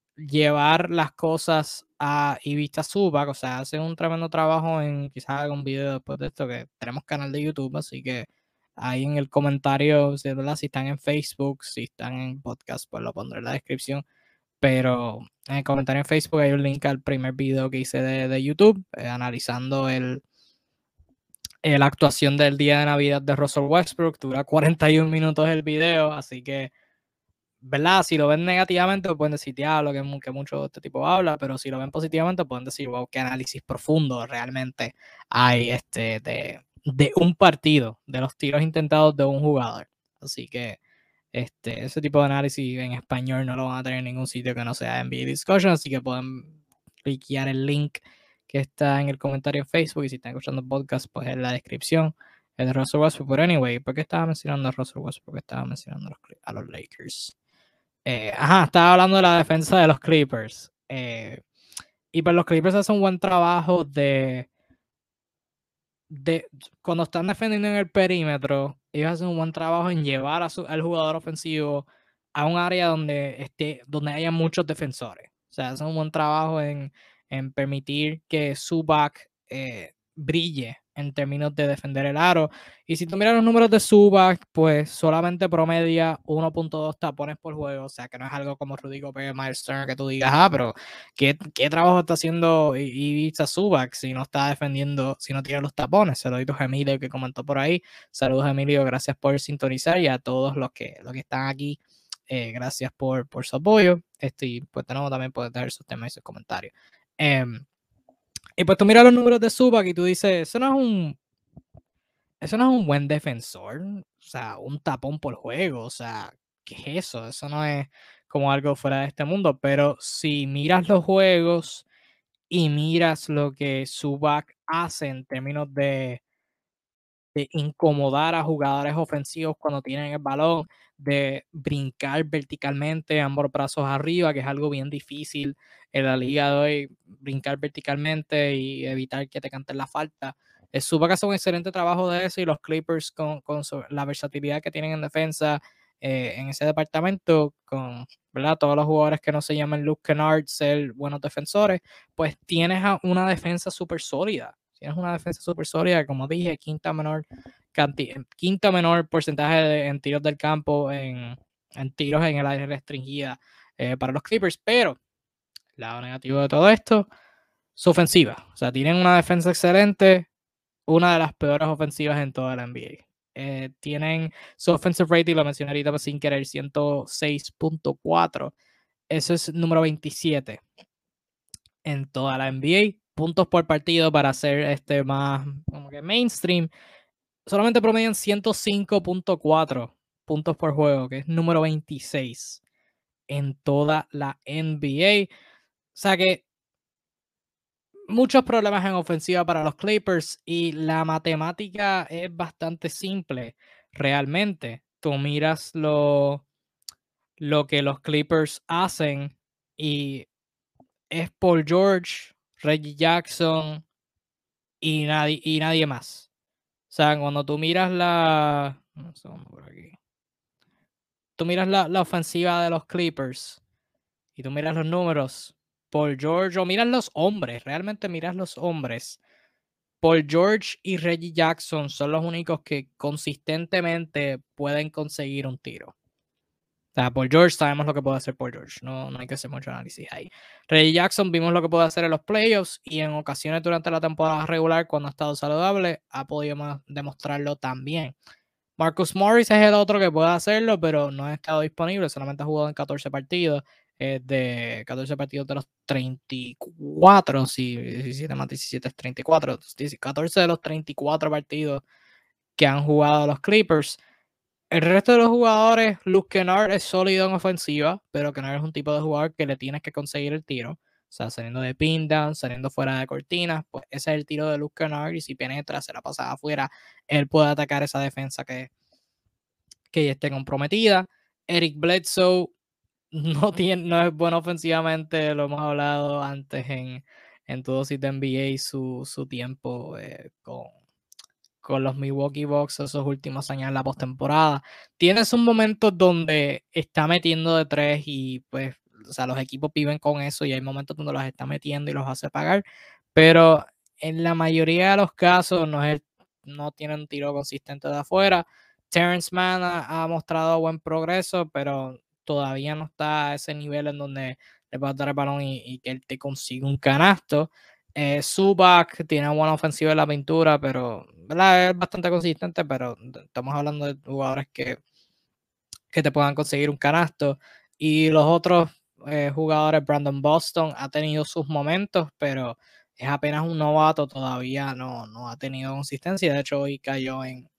llevar las cosas a Ivica Zubac, o sea, hace un tremendo trabajo en quizás haga un video después de esto, que tenemos canal de YouTube, así que ahí en el comentario, si, ¿verdad? Si están en Facebook, si están en podcast, pues lo pondré en la descripción, pero en el comentario en Facebook hay un link al primer video que hice de, de YouTube, eh, analizando el, eh, la actuación del día de Navidad de Russell Westbrook, dura cuarenta y un minutos el video, así que ¿verdad? Si lo ven negativamente, pueden decir, diablo, que, que mucho este tipo habla, pero si lo ven positivamente, pueden decir, wow, qué análisis profundo realmente hay este, de, de un partido, de los tiros intentados de un jugador. Así que este, ese tipo de análisis en español no lo van a tener en ningún sitio que no sea N B A Discussion, así que pueden cliquear el link que está en el comentario en Facebook y si están escuchando el podcast, pues en la descripción. El de Russell Westbrook, pero anyway, ¿por qué estaba mencionando a Russell Westbrook? Porque estaba mencionando a los, a los Lakers. Eh, ajá, estaba hablando de la defensa de los Clippers. Eh, y pues los Clippers hacen un buen trabajo de, de cuando están defendiendo en el perímetro, ellos hacen un buen trabajo en llevar a su, al jugador ofensivo a un área donde, esté, donde haya muchos defensores. O sea, hacen un buen trabajo en, en permitir que Zubac eh, brille en términos de defender el aro. Y si tú miras los números de Zubac, pues solamente promedia uno punto dos tapones por juego. O sea, que no es algo como Rudy Gobert, Miles Turner, que tú digas, ah, pero ¿qué, qué trabajo está haciendo Ivica Zubac si no está defendiendo, si no tiene los tapones? Saluditos a Emilio que comentó por ahí. Saludos a Emilio, gracias por sintonizar y a todos los que, los que están aquí. Eh, gracias por, por su apoyo. Este, y pues tenemos también puedes dejar sus temas y sus comentarios. Eh, y pues tú miras los números de Zubac y tú dices, eso no es un, eso no es un buen defensor. O sea, un tapón por juego. O sea, ¿qué es eso? Eso no es como algo fuera de este mundo. Pero si miras los juegos y miras lo que Zubac hace en términos de de incomodar a jugadores ofensivos cuando tienen el balón, de brincar verticalmente, ambos brazos arriba, que es algo bien difícil en la liga de hoy, brincar verticalmente y evitar que te canten la falta. El Zubac hace un excelente trabajo de eso y los Clippers con, con su, la versatilidad que tienen en defensa eh, en ese departamento, con ¿verdad? Todos los jugadores que no se llaman Luke Kennard ser buenos defensores, pues tienes una defensa súper sólida. Tienes una defensa súper sólida, como dije, quinta menor, quinta menor porcentaje de, en tiros del campo, en, en tiros en el área restringida eh, para los Clippers, pero el lado negativo de todo esto, su ofensiva. O sea, tienen una defensa excelente, una de las peores ofensivas en toda la N B A. Eh, tienen su offensive rating, lo mencioné ahorita pues, sin querer, ciento seis punto cuatro. Eso es número veintisiete en toda la N B A. Puntos por partido para hacer este más como que mainstream. Solamente promedian ciento cinco punto cuatro puntos por juego, que es número veintiséis en toda la N B A. O sea que muchos problemas en ofensiva para los Clippers y la matemática es bastante simple, realmente. Tú miras lo, lo que los Clippers hacen y es Paul George, Reggie Jackson y nadie, y nadie más. O sea, cuando tú miras la... un segundo por aquí. Tú miras la, la ofensiva de los Clippers y tú miras los números, Paul George, o miras los hombres, realmente miras los hombres. Paul George y Reggie Jackson son los únicos que consistentemente pueden conseguir un tiro. O sea, Paul George sabemos lo que puede hacer Paul George, no, no hay que hacer mucho análisis ahí. Reggie Jackson vimos lo que puede hacer en los playoffs y en ocasiones durante la temporada regular cuando ha estado saludable ha podido más demostrarlo también. Marcus Morris es el otro que puede hacerlo, pero no ha estado disponible, solamente ha jugado en catorce partidos, eh, de catorce partidos de los treinta y cuatro, si diecisiete más diecisiete es treinta y cuatro, catorce de los treinta y cuatro partidos que han jugado los Clippers. El resto de los jugadores, Luke Kennard es sólido en ofensiva, pero Kennard es un tipo de jugador que le tienes que conseguir el tiro. O sea, saliendo de pin down, saliendo fuera de cortinas, pues ese es el tiro de Luke Kennard y si penetra, se la pasa afuera, él puede atacar esa defensa que, que ya esté comprometida. Eric Bledsoe no, tiene, no es bueno ofensivamente, lo hemos hablado antes en, en tu dosis de N B A, su, su tiempo eh, con, con los Milwaukee Bucks esos últimos años en la postemporada. Tiene sus momentos donde está metiendo de tres y pues, o sea, los equipos viven con eso y hay momentos donde los está metiendo y los hace pagar, pero en la mayoría de los casos no, es, no tiene un tiro consistente de afuera. Terrence Mann ha, ha mostrado buen progreso, pero todavía no está a ese nivel en donde le puedas dar el balón y, y que él te consiga un canasto. Eh, Zubac tiene buena ofensiva en la pintura, pero ¿verdad? Es bastante consistente, pero estamos hablando de jugadores que, que te puedan conseguir un canasto. Y los otros eh, jugadores, Brandon Boston ha tenido sus momentos, pero es apenas un novato, todavía no, no ha tenido consistencia. De hecho, hoy cayó en,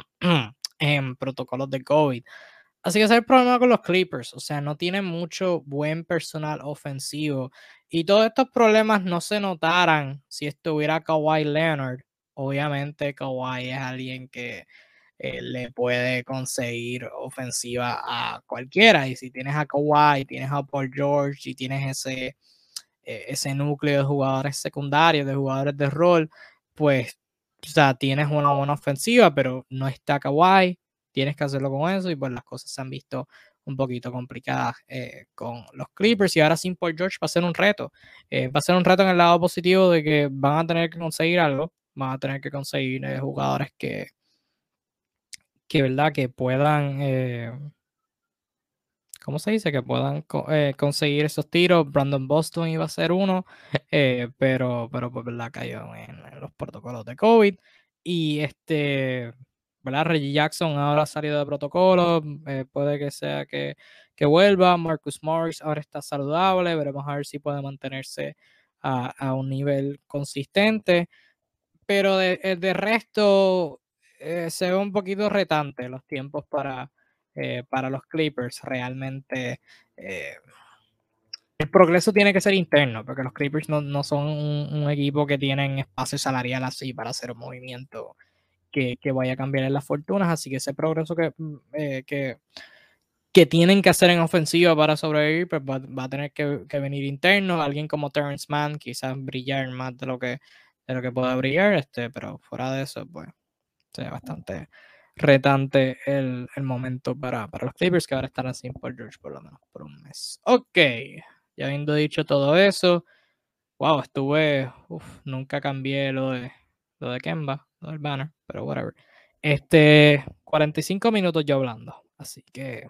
en protocolos de COVID. Así que ese es el problema con los Clippers, o sea, no tienen mucho buen personal ofensivo y todos estos problemas no se notaran si estuviera Kawhi Leonard. Obviamente Kawhi es alguien que eh, le puede conseguir ofensiva a cualquiera y si tienes a Kawhi, tienes a Paul George y tienes ese, eh, ese núcleo de jugadores secundarios, de jugadores de rol, pues, o sea, tienes una buena ofensiva, pero no está Kawhi, tienes que hacerlo con eso y pues las cosas se han visto un poquito complicadas eh, con los Clippers y ahora sin Paul George va a ser un reto. Eh, va a ser un reto en el lado positivo de que van a tener que conseguir algo, van a tener que conseguir eh, jugadores que, que, ¿verdad? Que puedan... Eh, ¿cómo se dice? Que puedan co- eh, conseguir esos tiros. Brandon Boston iba a ser uno, eh, pero, pero pues, ¿verdad? Cayó en, en los protocolos de COVID. Y este, ¿verdad? Reggie Jackson ahora ha salido de protocolo, eh, puede que sea que, que vuelva. Marcus Morris ahora está saludable, veremos a ver si puede mantenerse a, a un nivel consistente. Pero de, eh, de resto, eh, se ve un poquito retante los tiempos para, eh, para los Clippers. Realmente eh, el progreso tiene que ser interno, porque los Clippers no, no son un, un equipo que tienen espacio salarial así para hacer un movimiento que, que vaya a cambiar en las fortunas. Así que ese progreso que, mm, eh, que, que tienen que hacer en ofensiva para sobrevivir, pues va, va a tener que, que venir interno. Alguien como Terrence Mann quizás brillar más de lo que, de lo que pueda brillar, este, pero fuera de eso, pues sea bastante retante el, el momento para, para los Clippers, que ahora estarán sin Paul George por lo menos por un mes. Ok, ya habiendo dicho todo eso, wow, estuve, uf, nunca cambié lo de, lo de Kemba, lo del banner, pero whatever. Este, cuarenta y cinco minutos yo hablando, así que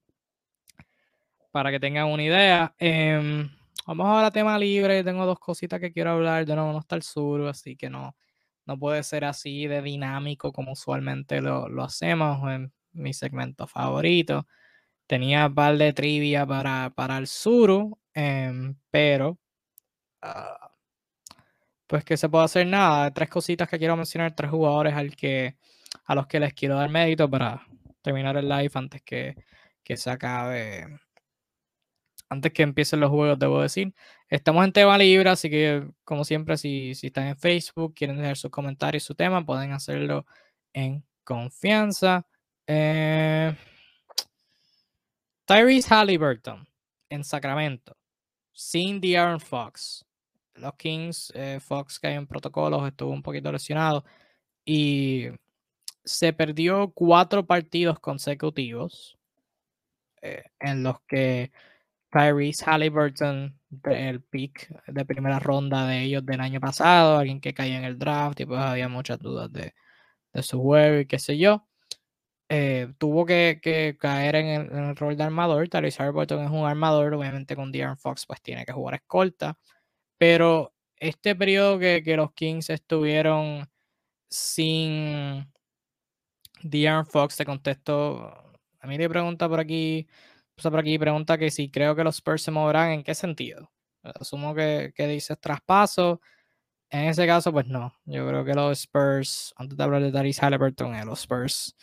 para que tengan una idea, em, vamos ahora a tema libre, tengo dos cositas que quiero hablar, de nuevo no está el sur, así que no, no puede ser así de dinámico como usualmente lo, lo hacemos en mi segmento favorito. Tenía un par de trivia para, para el sur, em, pero ah, pues que se puede hacer nada. Tres cositas que quiero mencionar, tres jugadores al que, a los que les quiero dar mérito para terminar el live antes que, que se acabe antes que empiecen los juegos, debo decir, estamos en tema libre, así que como siempre, si, si están en Facebook, quieren dejar sus comentarios, su tema, pueden hacerlo en confianza. Eh, Tyrese Halliburton en Sacramento, sin De'Aaron Fox. Los Kings, eh, Fox cayó en protocolos, estuvo un poquito lesionado y se perdió cuatro partidos consecutivos eh, en los que Tyrese Halliburton, el pick de primera ronda de ellos del año pasado, alguien que cayó en el draft y pues había muchas dudas de, de su juego y qué sé yo. Eh, tuvo que, que caer en el, en el rol de armador. Tyrese Halliburton es un armador, obviamente con De'Aaron Fox pues tiene que jugar escolta, pero este periodo que, que los Kings estuvieron sin De'Aaron Fox, te contesto. A mí le pregunta por aquí, pasa por aquí, pregunta que si creo que los Spurs se moverán, ¿en qué sentido? Asumo que, que dices traspaso. En ese caso, pues no. Yo creo que los Spurs, antes de hablar de Tyrese Halliburton, eh, los Spurs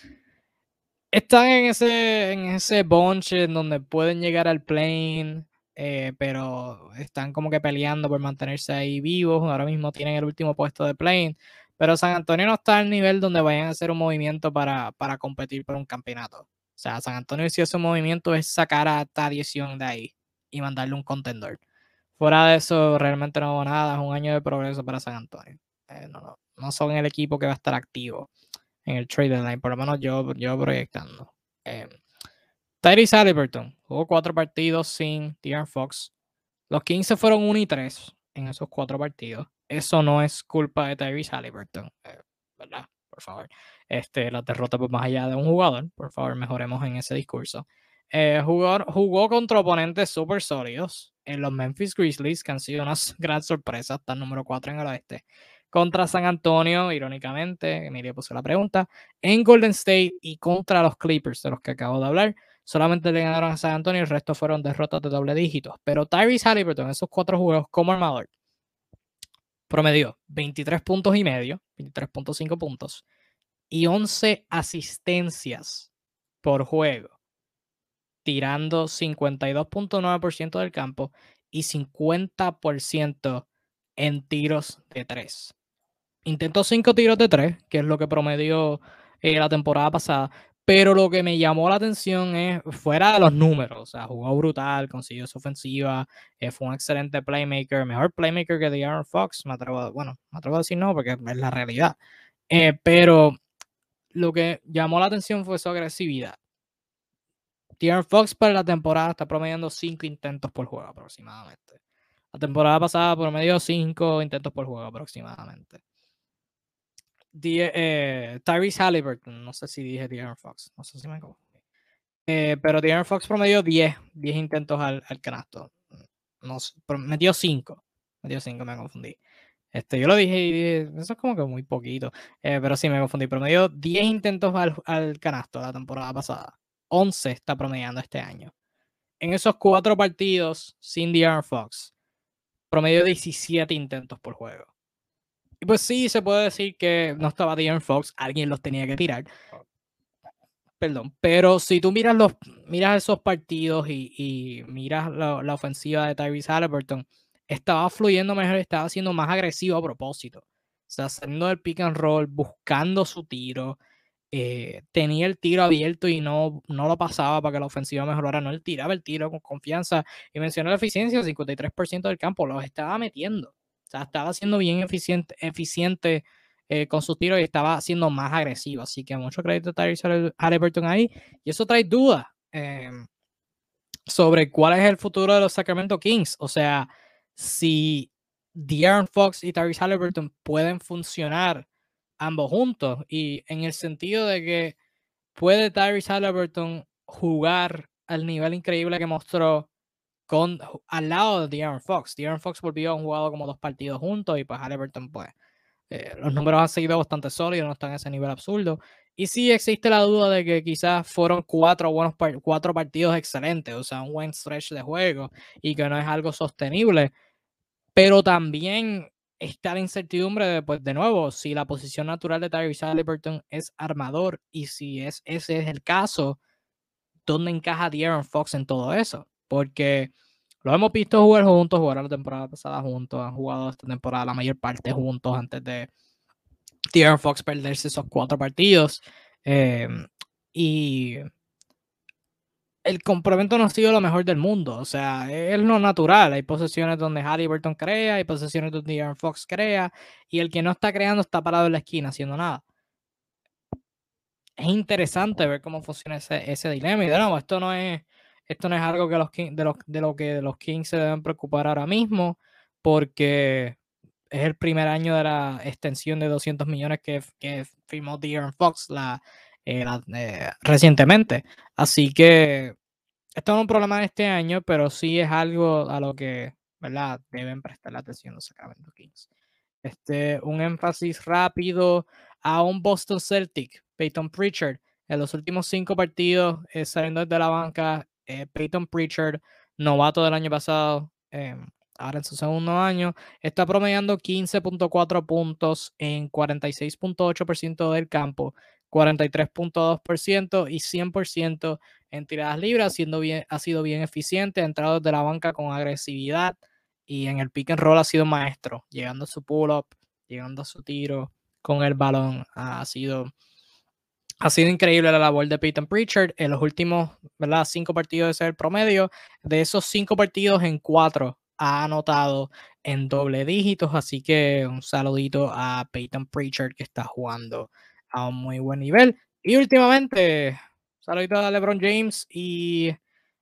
están en ese, en ese bunch en donde pueden llegar al plane, eh, pero están como que peleando por mantenerse ahí vivos. Ahora mismo tienen el último puesto de plane, pero San Antonio no está al nivel donde vayan a hacer un movimiento para, para competir por un campeonato. O sea, San Antonio si hace un movimiento es sacar a Thaddeus Young de ahí y mandarle un contendor. Fuera de eso, realmente no hubo nada. Es un año de progreso para San Antonio. Eh, no, no, no son el equipo que va a estar activo en el trade deadline, por lo menos yo, yo proyectando. Eh, Tyrese Halliburton jugó cuatro partidos sin De'Aaron Fox. Los Kings se fueron uno y tres en esos cuatro partidos. Eso no es culpa de Tyrese Halliburton, eh, ¿verdad? Por favor. Este, la derrota pues más allá de un jugador. Por favor, mejoremos en ese discurso. Eh, jugó, jugó contra oponentes súper sólidos en los Memphis Grizzlies, que han sido una gran sorpresa, hasta el número cuatro en el oeste. Contra San Antonio, irónicamente, Emilia puso la pregunta, en Golden State y contra los Clippers, de los que acabo de hablar. Solamente le ganaron a San Antonio y el resto fueron derrotas de doble dígito. Pero Tyrese Halliburton, esos cuatro juegos como armador, promedió veintitrés puntos y medio, veintitrés punto cinco puntos y once asistencias por juego, tirando cincuenta y dos punto nueve por ciento del campo y cincuenta por ciento en tiros de tres. Intentó cinco tiros de tres, que es lo que promedió eh, la temporada pasada. Pero lo que me llamó la atención es, fuera de los números, o sea, jugó brutal, consiguió su ofensiva, eh, fue un excelente playmaker, mejor playmaker que De'Aaron Fox, me atrevo a, bueno, me atrevo a decir no, porque es la realidad. Eh, pero lo que llamó la atención fue su agresividad. De'Aaron Fox para la temporada está promediando cinco intentos por juego aproximadamente. La temporada pasada promedió cinco intentos por juego aproximadamente. Die, eh, Tyrese Halliburton, no sé si dije De'Aaron Fox, no sé si me confundí. Eh, pero De'Aaron Fox promedió diez, diez intentos al, al canasto. No, metió cinco, metió cinco, me confundí. Este, yo lo dije y dije, eso es como que muy poquito. Eh, pero sí, me confundí. Promedió diez intentos al, al canasto la temporada pasada. once está promediando este año. En esos cuatro partidos sin De'Aaron Fox, promedió diecisiete intentos por juego. Y pues sí, se puede decir que no estaba De'Aaron Fox, alguien los tenía que tirar. Perdón, pero si tú miras los miras esos partidos y, y miras la, la ofensiva de Tyrese Halliburton, estaba fluyendo mejor, estaba siendo más agresivo a propósito. O sea, saliendo del pick and roll, buscando su tiro, eh, tenía el tiro abierto y no, no lo pasaba para que la ofensiva mejorara. No, él tiraba el tiro con confianza y mencionó la eficiencia, cincuenta y tres por ciento del campo, los estaba metiendo. O sea, estaba siendo bien eficiente, eficiente eh, con sus tiros y estaba siendo más agresivo. Así que mucho crédito a Tyrese Halliburton ahí. Y eso trae dudas eh, sobre cuál es el futuro de los Sacramento Kings. O sea, si De'Aaron Fox y Tyrese Halliburton pueden funcionar ambos juntos. Y en el sentido de que puede Tyrese Halliburton jugar al nivel increíble que mostró con, al lado de De'Aaron Fox. De'Aaron Fox volvió a un jugado como dos partidos juntos y pues Halliburton pues eh, los números han seguido bastante sólidos, no están a ese nivel absurdo. Y sí existe la duda de que quizás fueron cuatro buenos par cuatro partidos excelentes, o sea, un buen stretch de juego y que no es algo sostenible. Pero también está la incertidumbre de, pues, de nuevo, si la posición natural de Tyrese Halliburton es armador y si es, ese es el caso, ¿dónde encaja De'Aaron Fox en todo eso? Porque Lo hemos visto jugar juntos, jugar la temporada pasada juntos, han jugado esta temporada la mayor parte juntos antes de De'Aaron Fox perderse esos cuatro partidos. Eh, y el complemento no ha sido lo mejor del mundo. O sea, es lo natural. Hay posesiones donde Haliburton crea, hay posesiones donde De'Aaron Fox crea, y el que no está creando está parado en la esquina haciendo nada. Es interesante ver cómo funciona ese, ese dilema. Y de nuevo, esto no es, esto no es algo que los King- de, los, de lo que los Kings se deben preocupar ahora mismo, porque es el primer año de la extensión de doscientos millones que, que firmó De'Aaron Fox la, eh, la, eh, recientemente. Así que esto no es un problema de este año, pero sí es algo a lo que, ¿verdad?, deben prestar atención los Sacramento Kings. Este, un énfasis rápido a un Boston Celtic, Peyton Pritchard. En los últimos cinco partidos, eh, saliendo desde la banca, eh, Peyton Pritchard, novato del año pasado, eh, ahora en su segundo año, está promediando quince punto cuatro puntos en cuarenta y seis punto ocho por ciento del campo, cuarenta y tres punto dos por ciento y cien por ciento en tiradas libres, siendo bien, ha sido bien eficiente, ha entrado desde la banca con agresividad y en el pick and roll ha sido maestro, llegando a su pull-up, llegando a su tiro con el balón. Ha sido, ha sido increíble la labor de Peyton Pritchard en los últimos, ¿verdad?, cinco partidos de ser promedio. De esos cinco partidos, en cuatro ha anotado en doble dígitos, así que un saludito a Peyton Pritchard que está jugando a un muy buen nivel. Y últimamente, saludito a LeBron James y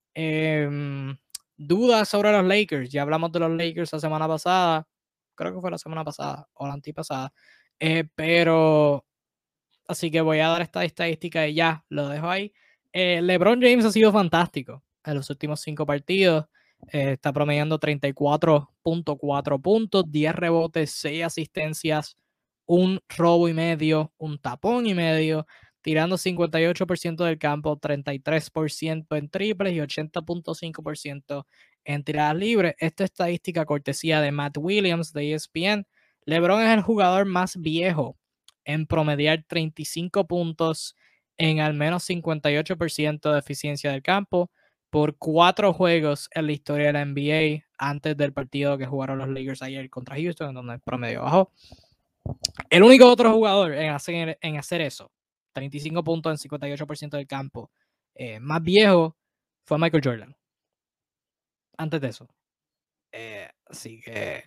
eh, dudas sobre los Lakers. Ya hablamos de los Lakers la semana pasada. Creo que fue la semana pasada o la antipasada. Eh, pero así que voy a dar esta estadística y ya lo dejo ahí. Eh, LeBron James ha sido fantástico en los últimos cinco partidos. Eh, está promediando treinta y cuatro punto cuatro puntos, diez rebotes, seis asistencias, un robo y medio, un tapón y medio, tirando cincuenta y ocho por ciento del campo, treinta y tres por ciento en triples y ochenta punto cinco por ciento en tiradas libres. Esta estadística cortesía de Matt Williams de E S P N. LeBron es el jugador más viejo en promediar treinta y cinco puntos en al menos cincuenta y ocho por ciento de eficiencia del campo por cuatro juegos en la historia de la N B A antes del partido que jugaron los Lakers ayer contra Houston, en donde el promedio bajó. El único otro jugador en hacer, en hacer eso, treinta y cinco puntos en cincuenta y ocho por ciento del campo, eh, más viejo, fue Michael Jordan. Antes de eso. Eh, así que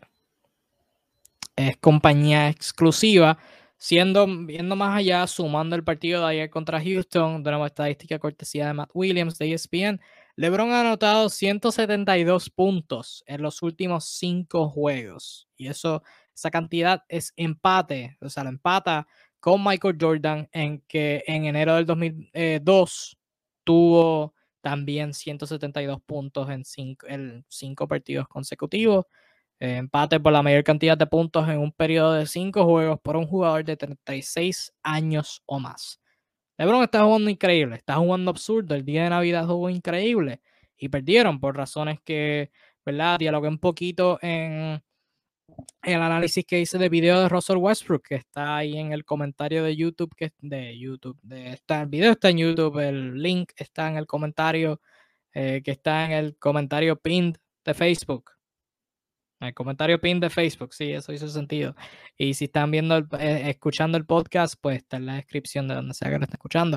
es compañía exclusiva. Siendo, viendo más allá, sumando el partido de ayer contra Houston, de nuevo estadística cortesía de Matt Williams de E S P N, LeBron ha anotado ciento setenta y dos puntos en los últimos cinco juegos. Y eso, esa cantidad es empate, o sea, lo empata con Michael Jordan, en que en enero del dos mil dos tuvo también ciento setenta y dos puntos en cinco, en cinco partidos consecutivos. Eh, empate por la mayor cantidad de puntos en un periodo de cinco juegos por un jugador de treinta y seis años o más. LeBron está jugando increíble, está jugando absurdo. El día de Navidad jugó increíble y perdieron por razones que, ¿verdad? Dialogué un poquito en el análisis que hice de video de Russell Westbrook, que está ahí en el comentario de YouTube, que de YouTube, de está, el video está en YouTube, el link está en el comentario, eh, que está en el comentario pinned de Facebook. El comentario pin de Facebook, sí, eso hizo sentido. Y si están viendo, el- eh, escuchando el podcast, pues está en la descripción de donde sea que lo estén escuchando.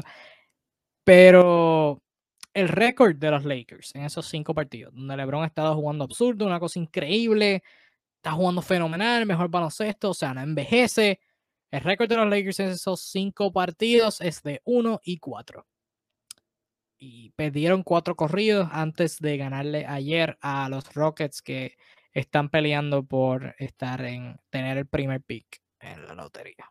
Pero el récord de los Lakers en esos cinco partidos, donde LeBron ha estado jugando absurdo, una cosa increíble, está jugando fenomenal, mejor baloncesto, o sea, no envejece. El récord de los Lakers en esos cinco partidos es de uno y cuatro. Y perdieron cuatro corridos antes de ganarle ayer a los Rockets, que están peleando por estar en tener el primer pick en la lotería.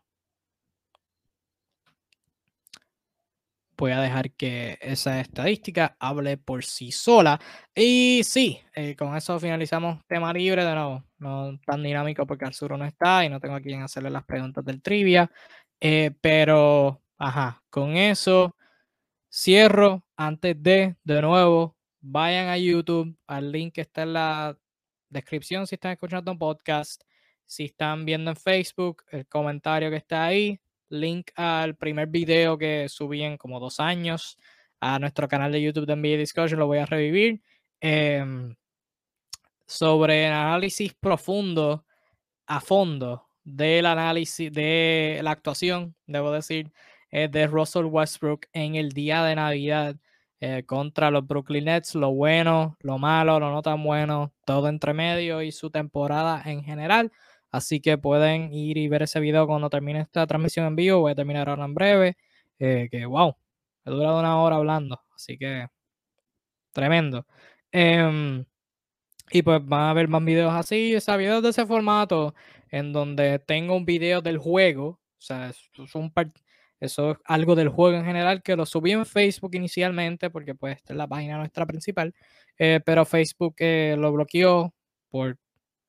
Voy a dejar que esa estadística hable por sí sola. Y sí, eh, con eso finalizamos tema libre de nuevo. No tan dinámico porque Arturo no está y no tengo a quien hacerle las preguntas del trivia. Eh, pero, ajá, con eso cierro. Antes de, de nuevo, vayan a YouTube, al link que está en la descripción si están escuchando un podcast. Si están viendo en Facebook, el comentario que está ahí, link al primer video que subí en como dos años a nuestro canal de YouTube de N B A Discussion, lo voy a revivir. Eh, sobre el análisis profundo, a fondo, del análisis de la actuación, debo decir, eh, de Russell Westbrook en el día de Navidad eh, contra los Brooklyn Nets, lo bueno, lo malo, lo no tan bueno, todo entre medio y su temporada en general. Así que pueden ir y ver ese video cuando termine esta transmisión en vivo. Voy a terminar ahora en breve. Eh, que wow, he durado una hora hablando, así que tremendo. Em, y pues van a haber más videos así, o sea, videos de ese formato, en donde tengo un video del juego, o sea, eso es, un par- eso es algo del juego en general, que lo subí en Facebook inicialmente, porque pues esta es la página nuestra principal, eh, pero Facebook eh, lo bloqueó por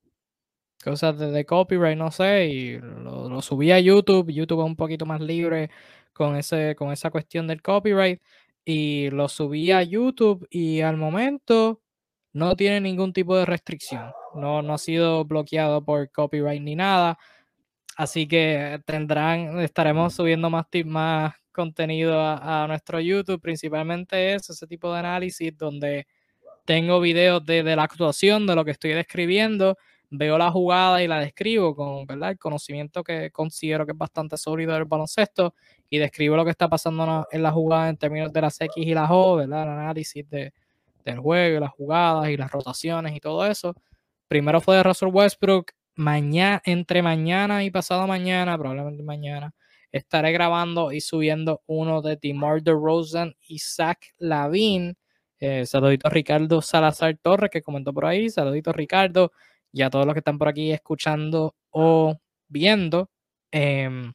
cosas de, de copyright, no sé, y lo, lo subí a YouTube. YouTube es un poquito más libre con, ese, con esa cuestión del copyright, y lo subí a YouTube y al momento no tiene ningún tipo de restricción, no, no ha sido bloqueado por copyright ni nada, así que tendrán, estaremos subiendo más, ti- más contenido a, a nuestro YouTube, principalmente eso, ese tipo de análisis donde tengo videos de, de la actuación, de lo que estoy describiendo, veo la jugada y la describo con, ¿verdad?, el conocimiento que considero que es bastante sólido del baloncesto, y describo lo que está pasando en la, en la jugada en términos de las X y las O, ¿verdad?, el análisis de, del juego y las jugadas y las rotaciones y todo eso. Primero fue de Russell Westbrook. Mañana, entre mañana y pasado mañana, probablemente mañana, estaré grabando y subiendo uno de DeMar DeRozan y Zach LaVine. Eh, saludito a Ricardo Salazar Torres, que comentó por ahí. Saludito Ricardo, y a todos los que están por aquí escuchando o viendo. Eh,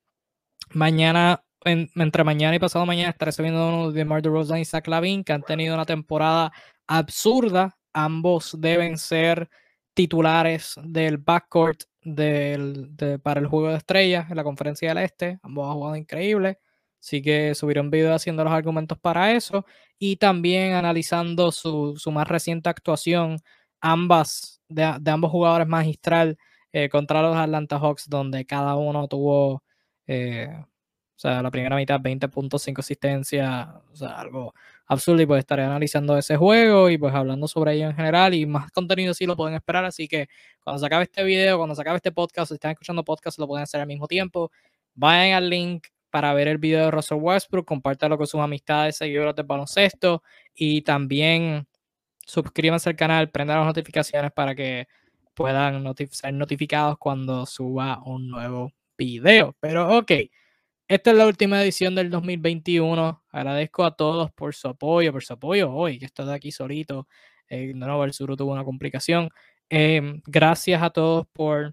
mañana, en, entre mañana y pasado mañana, estaré subiendo uno de DeMar DeRozan y Zach LaVine, que han tenido una temporada absurda. Ambos deben ser titulares del backcourt del, de, para el juego de estrellas en la conferencia del Este. Ambos han jugado increíble. Así que subiré un video haciendo los argumentos para eso, y también analizando su, su más reciente actuación, ambas de, de ambos jugadores magistral, eh, contra los Atlanta Hawks, donde cada uno tuvo, eh, o sea, la primera mitad veinte puntos, cinco asistencias, o sea, algo absurdo. Y pues estaré analizando ese juego y pues hablando sobre ello en general, y más contenido sí lo pueden esperar. Así que cuando se acabe este video, cuando se acabe este podcast, si están escuchando podcast, lo pueden hacer al mismo tiempo. Vayan al link para ver el video de Russell Westbrook, compártalo con sus amistades, seguidores del baloncesto, y también suscríbanse al canal, prendan las notificaciones para que puedan notif ser notificados cuando suba un nuevo video. Pero ok, esta es la última edición del dos mil veintiuno. Agradezco a todos por su apoyo, por su apoyo hoy, que estoy aquí solito. Eh, de nuevo, el Suru tuvo una complicación. Eh, gracias a todos por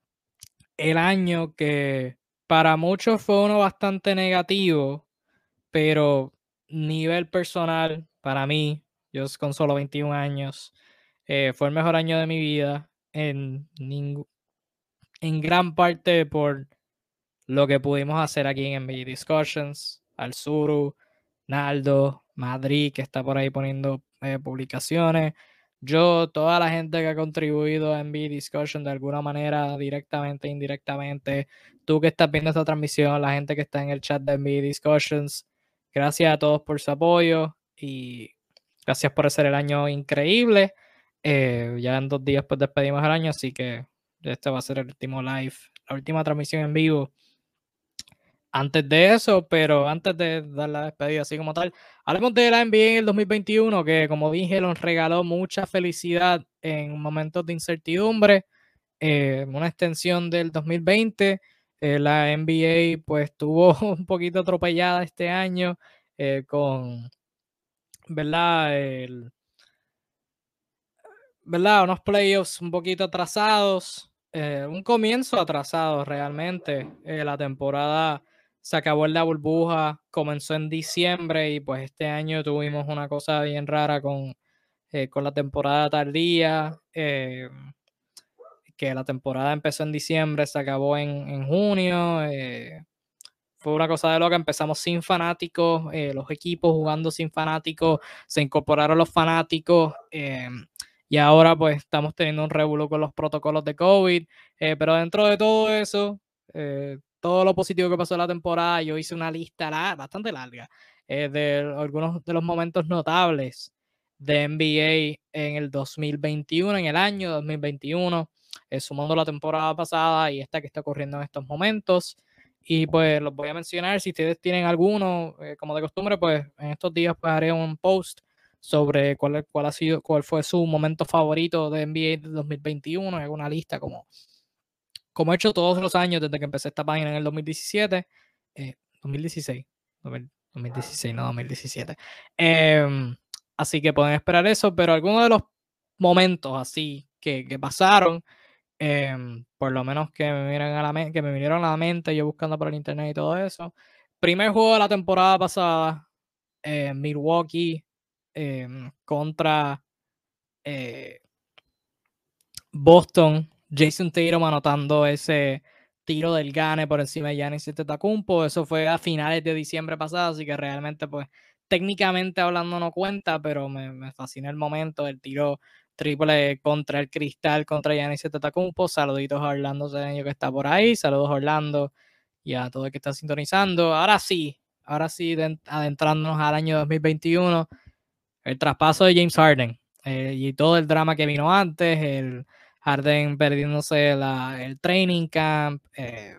el año, que para muchos fue uno bastante negativo, pero nivel personal, para mí, yo con solo veintiún años, eh, fue el mejor año de mi vida, en, ningú- en gran parte por lo que pudimos hacer aquí en N B A Discussions, al Suru, Naldo, Madrid, que está por ahí poniendo eh, publicaciones. Yo, toda la gente que ha contribuido a N B A Discussion de alguna manera, directamente, indirectamente, tú que estás viendo esta transmisión, la gente que está en el chat de N B A Discussions, gracias a todos por su apoyo, y gracias por hacer el año increíble. Eh, ya en dos días pues despedimos el año, así que este va a ser el último live, la última transmisión en vivo antes de eso. Pero antes de dar la despedida así como tal, hablemos de la N B A en el dos mil veintiuno, que como dije, nos regaló mucha felicidad en momentos de incertidumbre. Eh, una extensión del dos mil veinte. Eh, la N B A pues tuvo un poquito atropellada este año, eh, con, ¿verdad? El, ¿verdad? Unos playoffs un poquito atrasados, eh, un comienzo atrasado realmente. Eh, la temporada se acabó en la burbuja, comenzó en diciembre, y pues este año tuvimos una cosa bien rara con, eh, con la temporada tardía, eh, que la temporada empezó en diciembre, se acabó en, en junio. Eh, fue una cosa de loca. Empezamos sin fanáticos, eh, los equipos jugando sin fanáticos, se incorporaron los fanáticos, eh, y ahora pues estamos teniendo un revuelo con los protocolos de COVID, eh, pero dentro de todo eso, eh, todo lo positivo que pasó en la temporada, yo hice una lista la- bastante larga, eh, de algunos de los momentos notables de N B A en el dos mil veintiuno, en el año dos mil veintiuno, eh, sumando la temporada pasada y esta que está ocurriendo en estos momentos. Y pues los voy a mencionar, si ustedes tienen alguno, eh, como de costumbre, pues en estos días pues haré un post sobre cuál, cuál ha sido, cuál fue su momento favorito de N B A de dos mil veintiuno, hago una lista como, como he hecho todos los años desde que empecé esta página en el dos mil diecisiete, eh, dos mil dieciséis, dos mil dieciséis, no dos mil diecisiete. Eh, así que pueden esperar eso, pero algunos de los momentos así que, que pasaron, eh, por lo menos que me, miran a la me- que me vinieron a la mente, yo buscando por el internet y todo eso. Primer juego de la temporada pasada, eh, Milwaukee eh, contra eh, Boston, Jason Tatum anotando ese tiro del gane por encima de Giannis Antetokounmpo. Eso fue a finales de diciembre pasado, así que realmente, pues, técnicamente hablando no cuenta, pero me, me fascina el momento, el tiro triple contra el cristal, contra Giannis Antetokounmpo. Saluditos a Orlando Cedeño que está por ahí, saludos a Orlando y a todo el que está sintonizando. Ahora sí, ahora sí, adentrándonos al año dos mil veintiuno, el traspaso de James Harden, eh, y todo el drama que vino antes, el Harden perdiéndose la, el training camp, eh,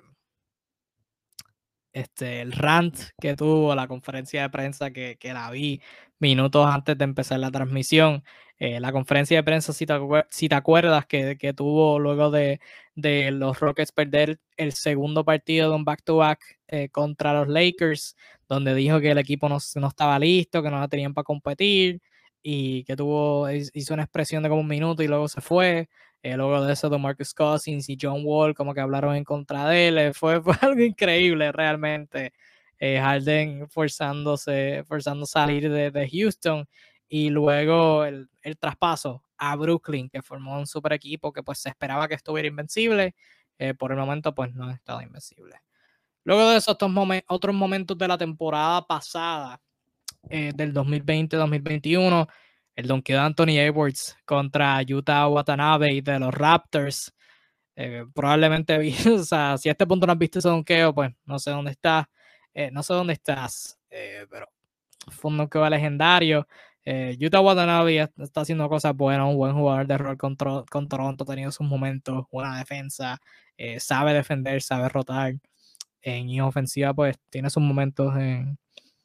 este, el rant que tuvo, la conferencia de prensa que, que la vi minutos antes de empezar la transmisión. Eh, la conferencia de prensa, si te, si te acuerdas, que, que tuvo luego de, de los Rockets perder el segundo partido de un back-to-back eh, contra los Lakers, donde dijo que el equipo no, no estaba listo, que no la tenían para competir, y que tuvo, hizo una expresión de como un minuto y luego se fue. Eh, luego de eso, DeMarcus Cousins y John Wall como que hablaron en contra de él. Eh, fue, fue algo increíble realmente. Eh, Harden forzándose, forzando salir de, de Houston, y luego el, el traspaso a Brooklyn, que formó un super equipo que pues se esperaba que estuviera invencible. Eh, por el momento pues no ha estado invencible. Luego de esos momen otros momentos de la temporada pasada, eh, del dos mil veinte dos mil veintiuno, el donkey de Anthony Edwards contra Yuta Watanabe de los Raptors. Eh, probablemente, o sea, si a este punto no has visto ese donkeo, pues no sé dónde estás, eh, no sé dónde estás, eh, pero fue un donkeo legendario. Eh, Yuta Watanabe está haciendo cosas buenas, un buen jugador de rol con, con Toronto, ha tenido sus momentos, buena defensa, eh, sabe defender, sabe rotar. En ofensiva, pues tiene sus momentos en,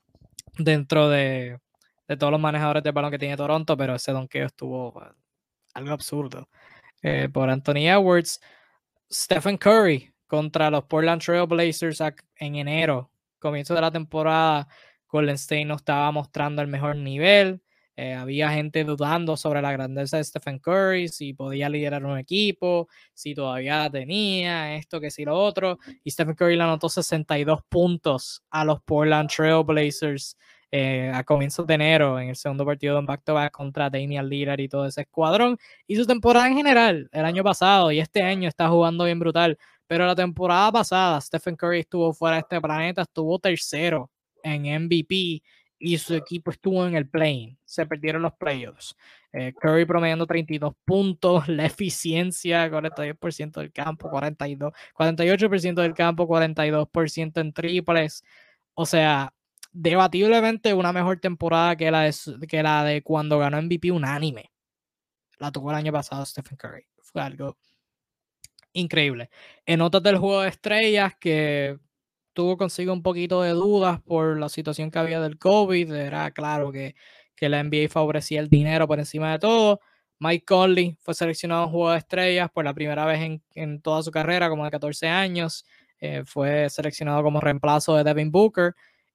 dentro de, de todos los manejadores de balón que tiene Toronto, pero ese donkeo estuvo, pues, algo absurdo. Eh, por Anthony Edwards, Stephen Curry contra los Portland Trail Blazers en enero, comienzo de la temporada. Golden State no estaba mostrando el mejor nivel. Eh, había gente dudando sobre la grandeza de Stephen Curry, si podía liderar un equipo, si todavía la tenía, esto, que si lo otro. Y Stephen Curry le anotó sesenta y dos puntos a los Portland Trail Blazers eh, a comienzos de enero, en el segundo partido de un back-to-back contra Damian Lillard y todo ese escuadrón. Y su temporada en general, el año pasado y este año, está jugando bien brutal. Pero la temporada pasada, Stephen Curry estuvo fuera de este planeta, estuvo tercero en M V P y su equipo estuvo en el play-in. Se perdieron los playoffs. Eh, Curry promediando treinta y dos puntos, la eficiencia, cuarenta y diez por ciento del campo, cuarenta y dos, cuarenta y ocho por ciento del campo, cuarenta y dos por ciento en triples. O sea, debatiblemente una mejor temporada que la de, que la de cuando ganó M V P unánime. La tuvo el año pasado Stephen Curry. Fue algo increíble. En notas del juego de estrellas, que tuvo consigo un poquito de dudas por la situación que había del COVID, era claro que, que la N B A favorecía el dinero por encima de todo. Mike Conley fue seleccionado en juego de estrellas por la primera vez en, en toda su carrera, como de catorce años. Eh, fue seleccionado como reemplazo de Devin Booker,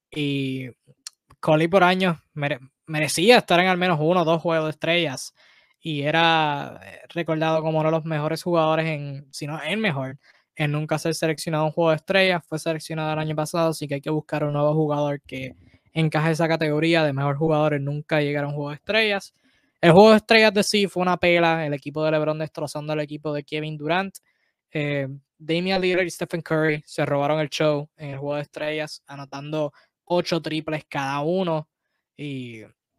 y Conley por años mere merecía estar en al menos uno o dos juegos de estrellas, y era recordado como uno de los mejores jugadores, en, si no el mejor, en nunca ser seleccionado en un juego de estrellas. Fue seleccionado el año pasado, así que hay que buscar un nuevo jugador que encaje esa categoría de mejor jugador en nunca llegar a un juego de estrellas. El juego de estrellas de sí fue una pela, el equipo de LeBron destrozando al equipo de Kevin Durant. Eh, Damian Lillard y Stephen Curry se robaron el show en el juego de estrellas, anotando ocho triples cada uno. Y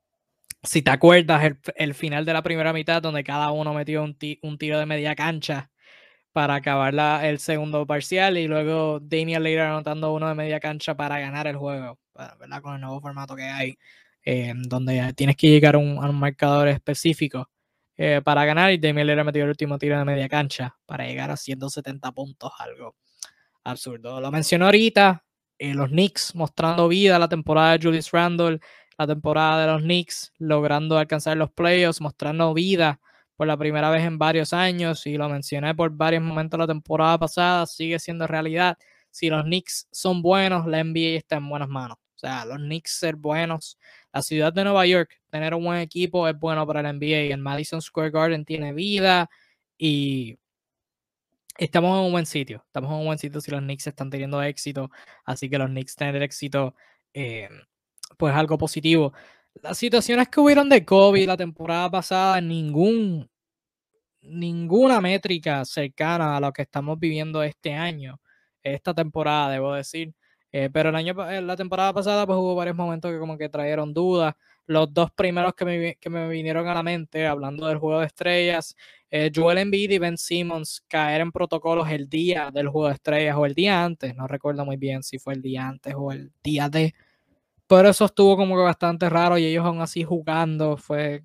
si te acuerdas, el, el final de la primera mitad, donde cada uno metió un, un tiro de media cancha para acabar la, el segundo parcial, y luego Damian Lillard anotando uno de media cancha para ganar el juego, ¿verdad? Con el nuevo formato que hay. eh, donde tienes que llegar a un, a un marcador específico eh, para ganar, y Damian Lillard metió el último tiro de media cancha para llegar a ciento setenta puntos, algo absurdo. Lo mencioné ahorita, eh, los Knicks mostrando vida, la temporada de Julius Randle, la temporada de los Knicks logrando alcanzar los playoffs, mostrando vida por la primera vez en varios años, y lo mencioné por varios momentos la temporada pasada, sigue siendo realidad. Si los Knicks son buenos, la N B A está en buenas manos. O sea, los Knicks ser buenos, la ciudad de Nueva York, tener un buen equipo es bueno para la N B A. El Madison Square Garden tiene vida y estamos en un buen sitio. Estamos en un buen sitio si los Knicks están teniendo éxito. Así que los Knicks tener éxito, eh, pues algo positivo. Las situaciones que hubieron de COVID la temporada pasada, ningún, ninguna métrica cercana a lo que estamos viviendo este año, esta temporada, debo decir. Eh, pero el año, la temporada pasada, pues hubo varios momentos que como que trajeron dudas. Los dos primeros que me, que me vinieron a la mente, hablando del juego de estrellas, eh, Joel Embiid y Ben Simmons caer en protocolos el día del juego de estrellas o el día antes, no recuerdo muy bien si fue el día antes o el día de, pero eso estuvo como que bastante raro, y ellos aún así jugando, fue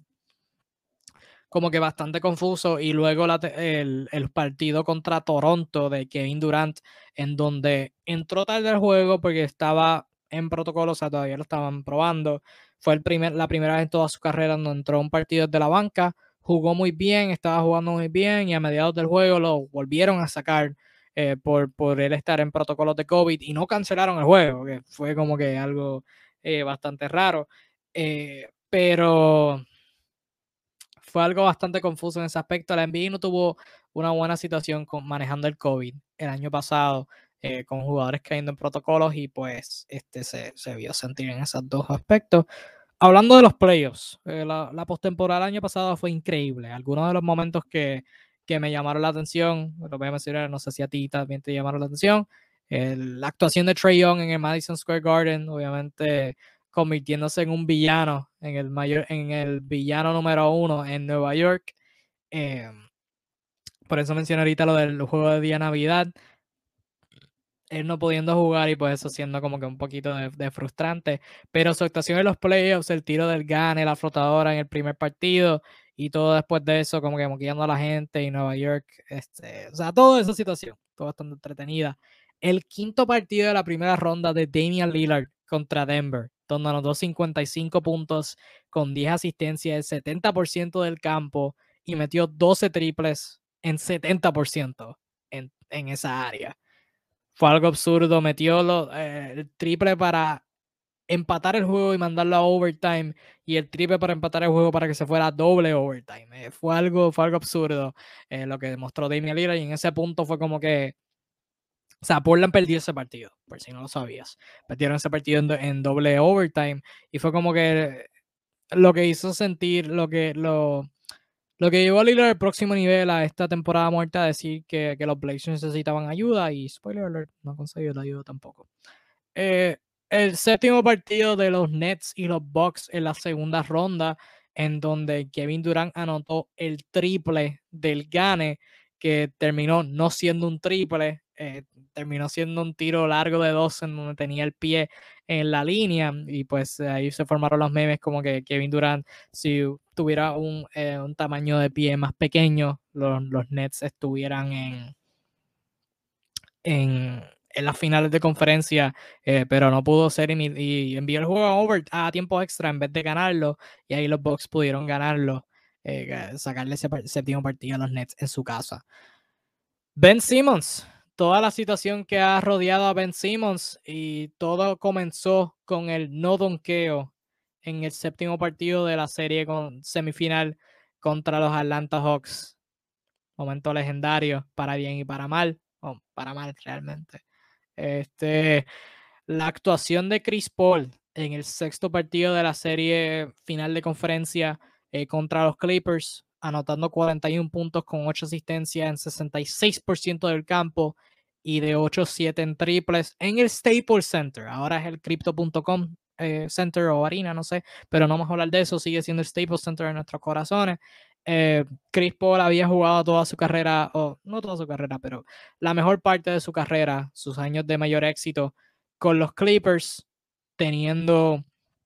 como que bastante confuso. Y luego la, el, el, partido contra Toronto de Kevin Durant, en donde entró tarde al juego porque estaba en protocolo, o sea, todavía lo estaban probando. Fue el primer, la primera vez en toda su carrera donde entró un partido de la banca, jugó muy bien, estaba jugando muy bien, y a mediados del juego lo volvieron a sacar eh, por, por él estar en protocolos de COVID, y no cancelaron el juego, que fue como que algo eh, bastante raro. Eh, pero fue algo bastante confuso en ese aspecto. La N B A no tuvo una buena situación con, manejando el COVID el año pasado, eh, con jugadores cayendo en protocolos, y pues este se, se vio sentir en esos dos aspectos. Hablando de los playoffs, eh, la, la postemporada del año pasado fue increíble. Algunos de los momentos que, que me llamaron la atención, lo voy a mencionar, no sé si a ti también te llamaron la atención. El, la actuación de Trae Young en el Madison Square Garden, obviamente convirtiéndose en un villano, en el mayor, en el villano número uno en Nueva York. Eh, por eso mencioné ahorita lo del juego de día Navidad. Él no pudiendo jugar, y pues eso siendo como que un poquito de, de frustrante. Pero su actuación en los playoffs, el tiro del Gane, la flotadora en el primer partido, y todo después de eso, como que moqueando a la gente, y Nueva York, este, o sea, toda esa situación, todo bastante entretenida. El quinto partido de la primera ronda de Damian Lillard contra Denver, donde anotó cincuenta y cinco puntos con diez asistencias, el setenta por ciento del campo, y metió doce triples en setenta por ciento en, en esa área. Fue algo absurdo, metió lo, eh, el triple para empatar el juego y mandarlo a overtime, y el triple para empatar el juego para que se fuera a doble overtime. Eh, fue, algo, fue algo absurdo eh, lo que demostró Damian Lillard, y en ese punto fue como que, o sea, Portland perdió ese partido, por si no lo sabías. Perdieron ese partido en, en doble overtime, y fue como que lo que hizo sentir, lo que, lo, lo que llevó a Lillard al próximo nivel, a esta temporada muerta, a decir que, que los Blazers necesitaban ayuda, y spoiler alert, no consiguió la ayuda tampoco. Eh, el séptimo partido de los Nets y los Bucks en la segunda ronda, en donde Kevin Durant anotó el triple del Gane, que terminó no siendo un triple, eh, terminó siendo un tiro largo de dos en donde tenía el pie en la línea, y pues ahí se formaron los memes como que Kevin Durant, si tuviera un, eh, un tamaño de pie más pequeño, los, los Nets estuvieran en, en, en las finales de conferencia, eh, pero no pudo ser, y, y envió el juego a, over, a tiempo extra en vez de ganarlo, y ahí los Bucks pudieron ganarlo, eh, sacarle ese par séptimo partido a los Nets en su casa. Ben Simmons, toda la situación que ha rodeado a Ben Simmons, y todo comenzó con el no donqueo en el séptimo partido de la serie con semifinal contra los Atlanta Hawks. Momento legendario, para bien y para mal, o para mal realmente. Este, la actuación de Chris Paul en el sexto partido de la serie final de conferencia eh, contra los Clippers, anotando cuarenta y uno puntos con ocho asistencias en sesenta y seis por ciento del campo, y de ocho siete en triples en el Staples Center. Ahora es el crypto punto com eh, Center o Arena, no sé, pero no vamos a hablar de eso, sigue siendo el Staples Center en nuestros corazones. Eh, Chris Paul había jugado toda su carrera, o no toda su carrera, pero la mejor parte de su carrera, sus años de mayor éxito con los Clippers, teniendo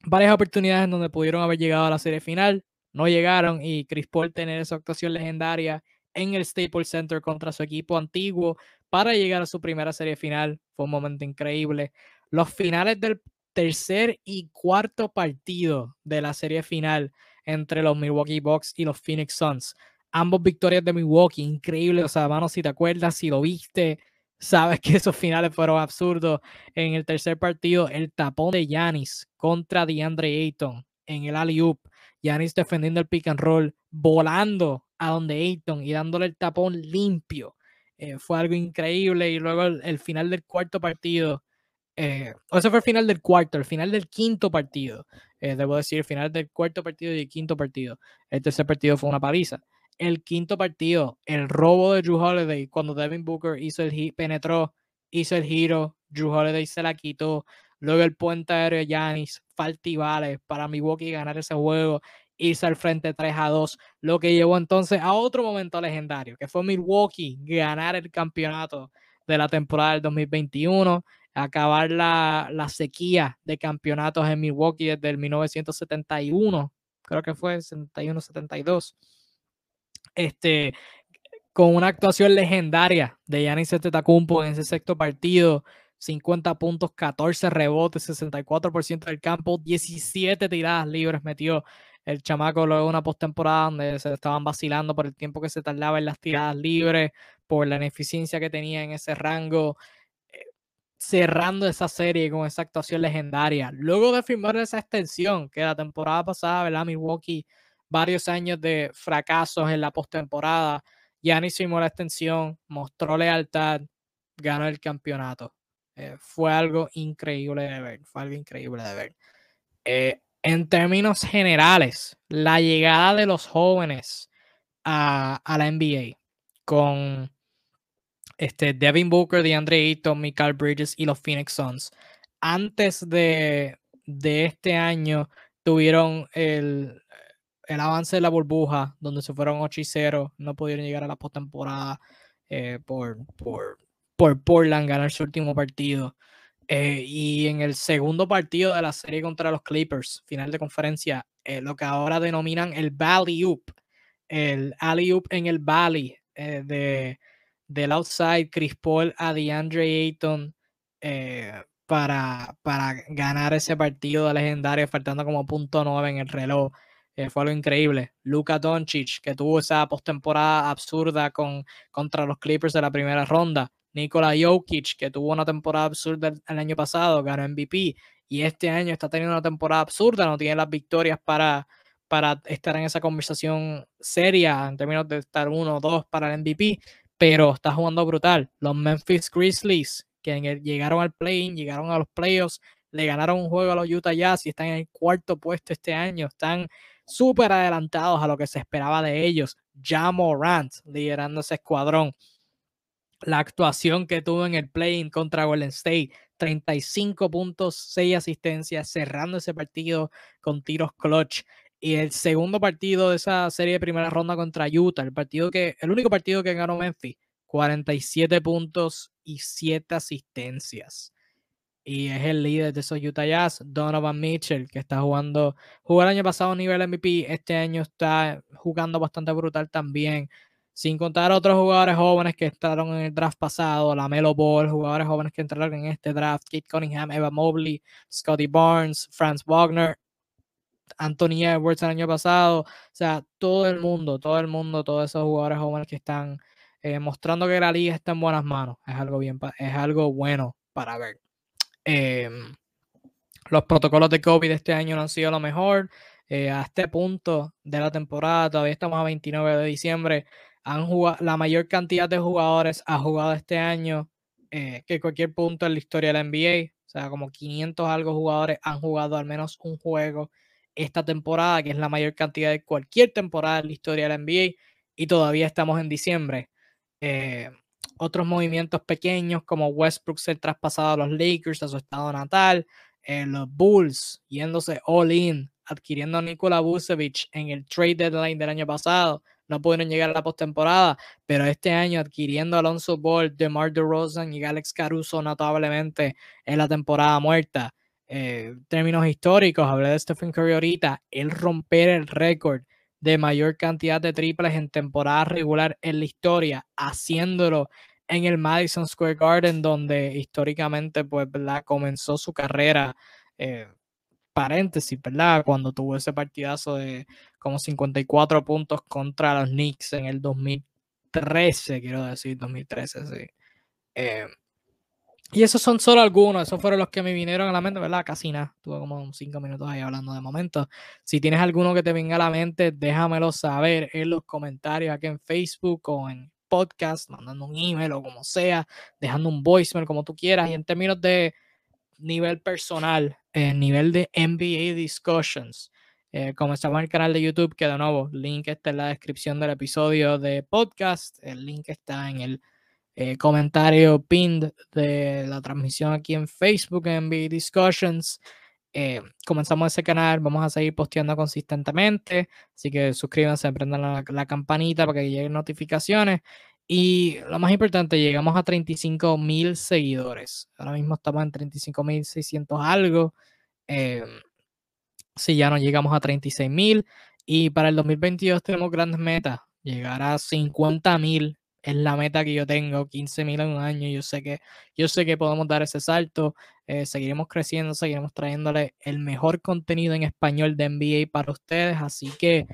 varias oportunidades en donde pudieron haber llegado a la serie final, no llegaron, y Chris Paul tener esa actuación legendaria en el Staples Center contra su equipo antiguo para llegar a su primera serie final fue un momento increíble. Los finales del tercer y cuarto partido de la serie final entre los Milwaukee Bucks y los Phoenix Suns, ambos victorias de Milwaukee, increíble. O sea, mano, si te acuerdas, si lo viste, sabes que esos finales fueron absurdos. En el tercer partido, el tapón de Giannis contra DeAndre Ayton en el alley-oop. Giannis defendiendo el pick and roll, volando a donde Ayton y dándole el tapón limpio. Eh, fue algo increíble. Y luego el, el final del cuarto partido, eh, o ese fue el final del cuarto, el final del quinto partido, eh, debo decir, el final del cuarto partido y el quinto partido. El tercer partido fue una paliza. El quinto partido, el robo de Jrue Holiday, cuando Devin Booker hizo el hit, penetró, hizo el giro, Jrue Holiday se la quitó, luego el puente aéreo de Giannis, falta y vale para Milwaukee ganar ese juego, irse al frente tres a dos, lo que llevó entonces a otro momento legendario, que fue Milwaukee ganar el campeonato de la temporada del dos mil veintiuno, acabar la, la sequía de campeonatos en Milwaukee desde el mil novecientos setenta y uno, creo que fue setenta y uno setenta y dos, este, con una actuación legendaria de Giannis Antetokounmpo en ese sexto partido, cincuenta puntos, catorce rebotes, sesenta y cuatro por ciento del campo, diecisiete tiradas libres metió el chamaco luego de una postemporada donde se estaban vacilando por el tiempo que se tardaba en las tiradas libres, por la ineficiencia que tenía en ese rango, cerrando esa serie con esa actuación legendaria. Luego de firmar esa extensión, que la temporada pasada, ¿verdad? Milwaukee, varios años de fracasos en la postemporada, Giannis firmó la extensión, mostró lealtad, ganó el campeonato. Eh, fue algo increíble de ver, fue algo increíble de ver. Eh, en términos generales, la llegada de los jóvenes a, a la N B A con este, Devin Booker, DeAndre Ayton, Mikal Bridges y los Phoenix Suns. Antes de, de este año tuvieron el, el avance de la burbuja, donde se fueron ocho y cero, no pudieron llegar a la postemporada eh, por, por, por Portland ganar su último partido. Eh, y en el segundo partido de la serie contra los Clippers, final de conferencia, eh, lo que ahora denominan el Valley Oop, el alley oop en el Valley, eh, de, del outside, Chris Paul a DeAndre Ayton, eh, para, para ganar ese partido de legendario, faltando como punto nueve en el reloj. Eh, fue algo increíble. Luka Doncic, que tuvo esa postemporada absurda con, contra los Clippers de la primera ronda. Nikola Jokic, que tuvo una temporada absurda el, el año pasado, ganó M V P, y este año está teniendo una temporada absurda, no tiene las victorias para, para estar en esa conversación seria en términos de estar uno o dos para el M V P, pero está jugando brutal. Los Memphis Grizzlies, que en el, llegaron al play-in, llegaron a los playoffs, le ganaron un juego a los Utah Jazz y están en el cuarto puesto este año, están súper adelantados a lo que se esperaba de ellos. Ja Morant liderando ese escuadrón. La actuación que tuvo en el play-in contra Golden State, treinta y cinco puntos, seis asistencias, cerrando ese partido con tiros clutch. Y el segundo partido de esa serie de primera ronda contra Utah, el partido que, el único partido que ganó Memphis, cuarenta y siete puntos y siete asistencias. Y es el líder de esos Utah Jazz, Donovan Mitchell, que está jugando, jugó el año pasado a nivel M V P, este año está jugando bastante brutal también, sin contar otros jugadores jóvenes que entraron en el draft pasado, la Melo Ball, jugadores jóvenes que entraron en este draft, Kate Cunningham, Evan Mobley, Scotty Barnes, Franz Wagner, Anthony Edwards el año pasado, o sea, todo el mundo, todo el mundo, todos esos jugadores jóvenes que están eh, mostrando que la liga está en buenas manos, es algo bien, es algo bueno para ver. Eh, los protocolos de COVID este año no han sido lo mejor. Eh, a este punto de la temporada, todavía estamos a veintinueve de diciembre, han jugado, la mayor cantidad de jugadores ha jugado este año eh, que cualquier punto en la historia de la N B A. O sea, como quinientos algo jugadores han jugado al menos un juego esta temporada, que es la mayor cantidad de cualquier temporada en la historia de la N B A, y todavía estamos en diciembre. Eh, Otros movimientos pequeños como Westbrook ser traspasado a los Lakers, a su estado natal, eh, los Bulls yéndose all in, adquiriendo a Nikola Vucevic en el trade deadline del año pasado, no pudieron llegar a la postemporada, pero este año adquiriendo a Alonso Ball, DeMar DeRozan y Alex Caruso notablemente en la temporada muerta. eh, términos históricos, hablé de Stephen Curry ahorita, él romper el récord de mayor cantidad de triples en temporada regular en la historia, haciéndolo en el Madison Square Garden, donde históricamente, pues, ¿verdad? Comenzó su carrera, eh, paréntesis, ¿verdad? Cuando tuvo ese partidazo de como cincuenta y cuatro puntos contra los Knicks en el dos mil trece, quiero decir, dos mil trece, sí. Eh, y esos son solo algunos, esos fueron los que me vinieron a la mente, ¿verdad? Casi nada, tuve como cinco minutos ahí hablando de momentos. Si tienes alguno que te venga a la mente, déjamelo saber en los comentarios aquí en Facebook o en podcast, mandando un email o como sea, dejando un voicemail como tú quieras. Y en términos de nivel personal, en nivel de N B A Discussions, eh, comenzamos el canal de YouTube, que de nuevo, link está en la descripción del episodio de podcast, el link está en el eh, comentario pinned de la transmisión aquí en Facebook, en N B A Discussions. Eh, comenzamos ese canal, vamos a seguir posteando consistentemente, así que suscríbanse, prendan la, la campanita para que lleguen notificaciones. Y lo más importante, llegamos a treinta y cinco mil seguidores. Ahora mismo estamos en treinta y cinco mil seiscientos algo. Eh, si ya no llegamos a treinta y seis mil. Y para el dos mil veintidós tenemos grandes metas. Llegar a cincuenta mil es la meta que yo tengo. quince mil en un año. Yo sé que, yo sé que podemos dar ese salto. Eh, seguiremos creciendo, seguiremos trayéndole el mejor contenido en español de N B A para ustedes. Así que,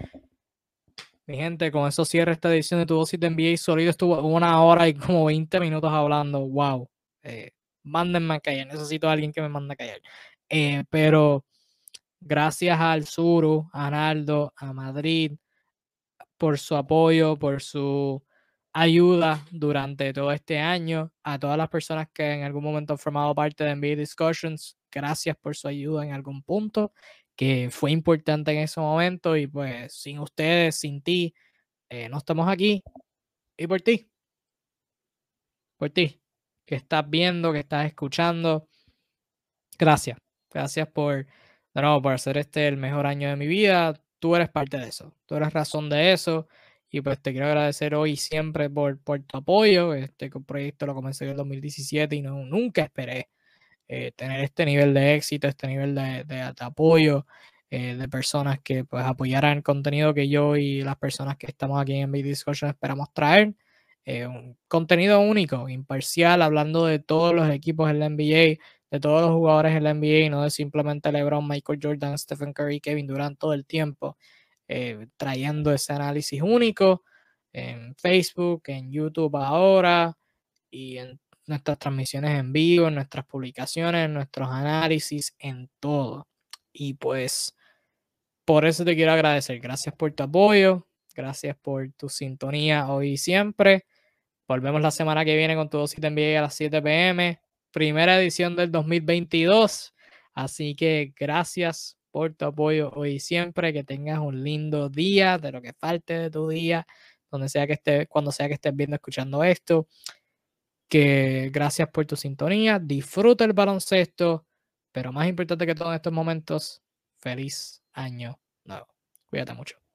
mi gente, con eso cierra esta edición de Tu Dosis de N B A. Sólido estuvo una hora y como veinte minutos hablando. Wow. Eh, mándenme a callar. Necesito a alguien que me mande a callar. Eh, pero gracias al Suru, a Arnaldo, a Madrid, por su apoyo, por su ayuda durante todo este año. A todas las personas que en algún momento han formado parte de N B A Discussions, gracias por su ayuda en algún punto, que fue importante en ese momento. Y pues sin ustedes, sin ti, eh, no estamos aquí. Y por ti, por ti, que estás viendo, que estás escuchando. Gracias. Gracias por, de nuevo, por hacer este el mejor año de mi vida. Tú eres parte de eso. Tú eres razón de eso. Y pues te quiero agradecer hoy y siempre por, por tu apoyo. Este proyecto lo comencé en el dos mil diecisiete y no, nunca esperé eh, tener este nivel de éxito, este nivel de, de, de apoyo, eh, de personas que pues apoyaran el contenido que yo y las personas que estamos aquí en N B A Discussion esperamos traer. Eh, un contenido único, imparcial, hablando de todos los equipos en la N B A, de todos los jugadores en la N B A, no de simplemente LeBron, Michael Jordan, Stephen Curry, Kevin Durant todo el tiempo, eh, trayendo ese análisis único en Facebook, en YouTube ahora y en nuestras transmisiones en vivo, en nuestras publicaciones, en nuestros análisis, en todo. Y pues por eso te quiero agradecer. Gracias por tu apoyo, gracias por tu sintonía hoy y siempre. Volvemos la semana que viene con tu dosis de N B A a las siete p m. Primera edición del dos mil veintidós. Así que gracias por tu apoyo hoy y siempre. Que tengas un lindo día, de lo que falte de tu día, donde sea que estés, cuando sea que estés viendo, escuchando esto. Que gracias por tu sintonía. Disfruta el baloncesto. Pero más importante que todo en estos momentos, feliz año nuevo. Cuídate mucho.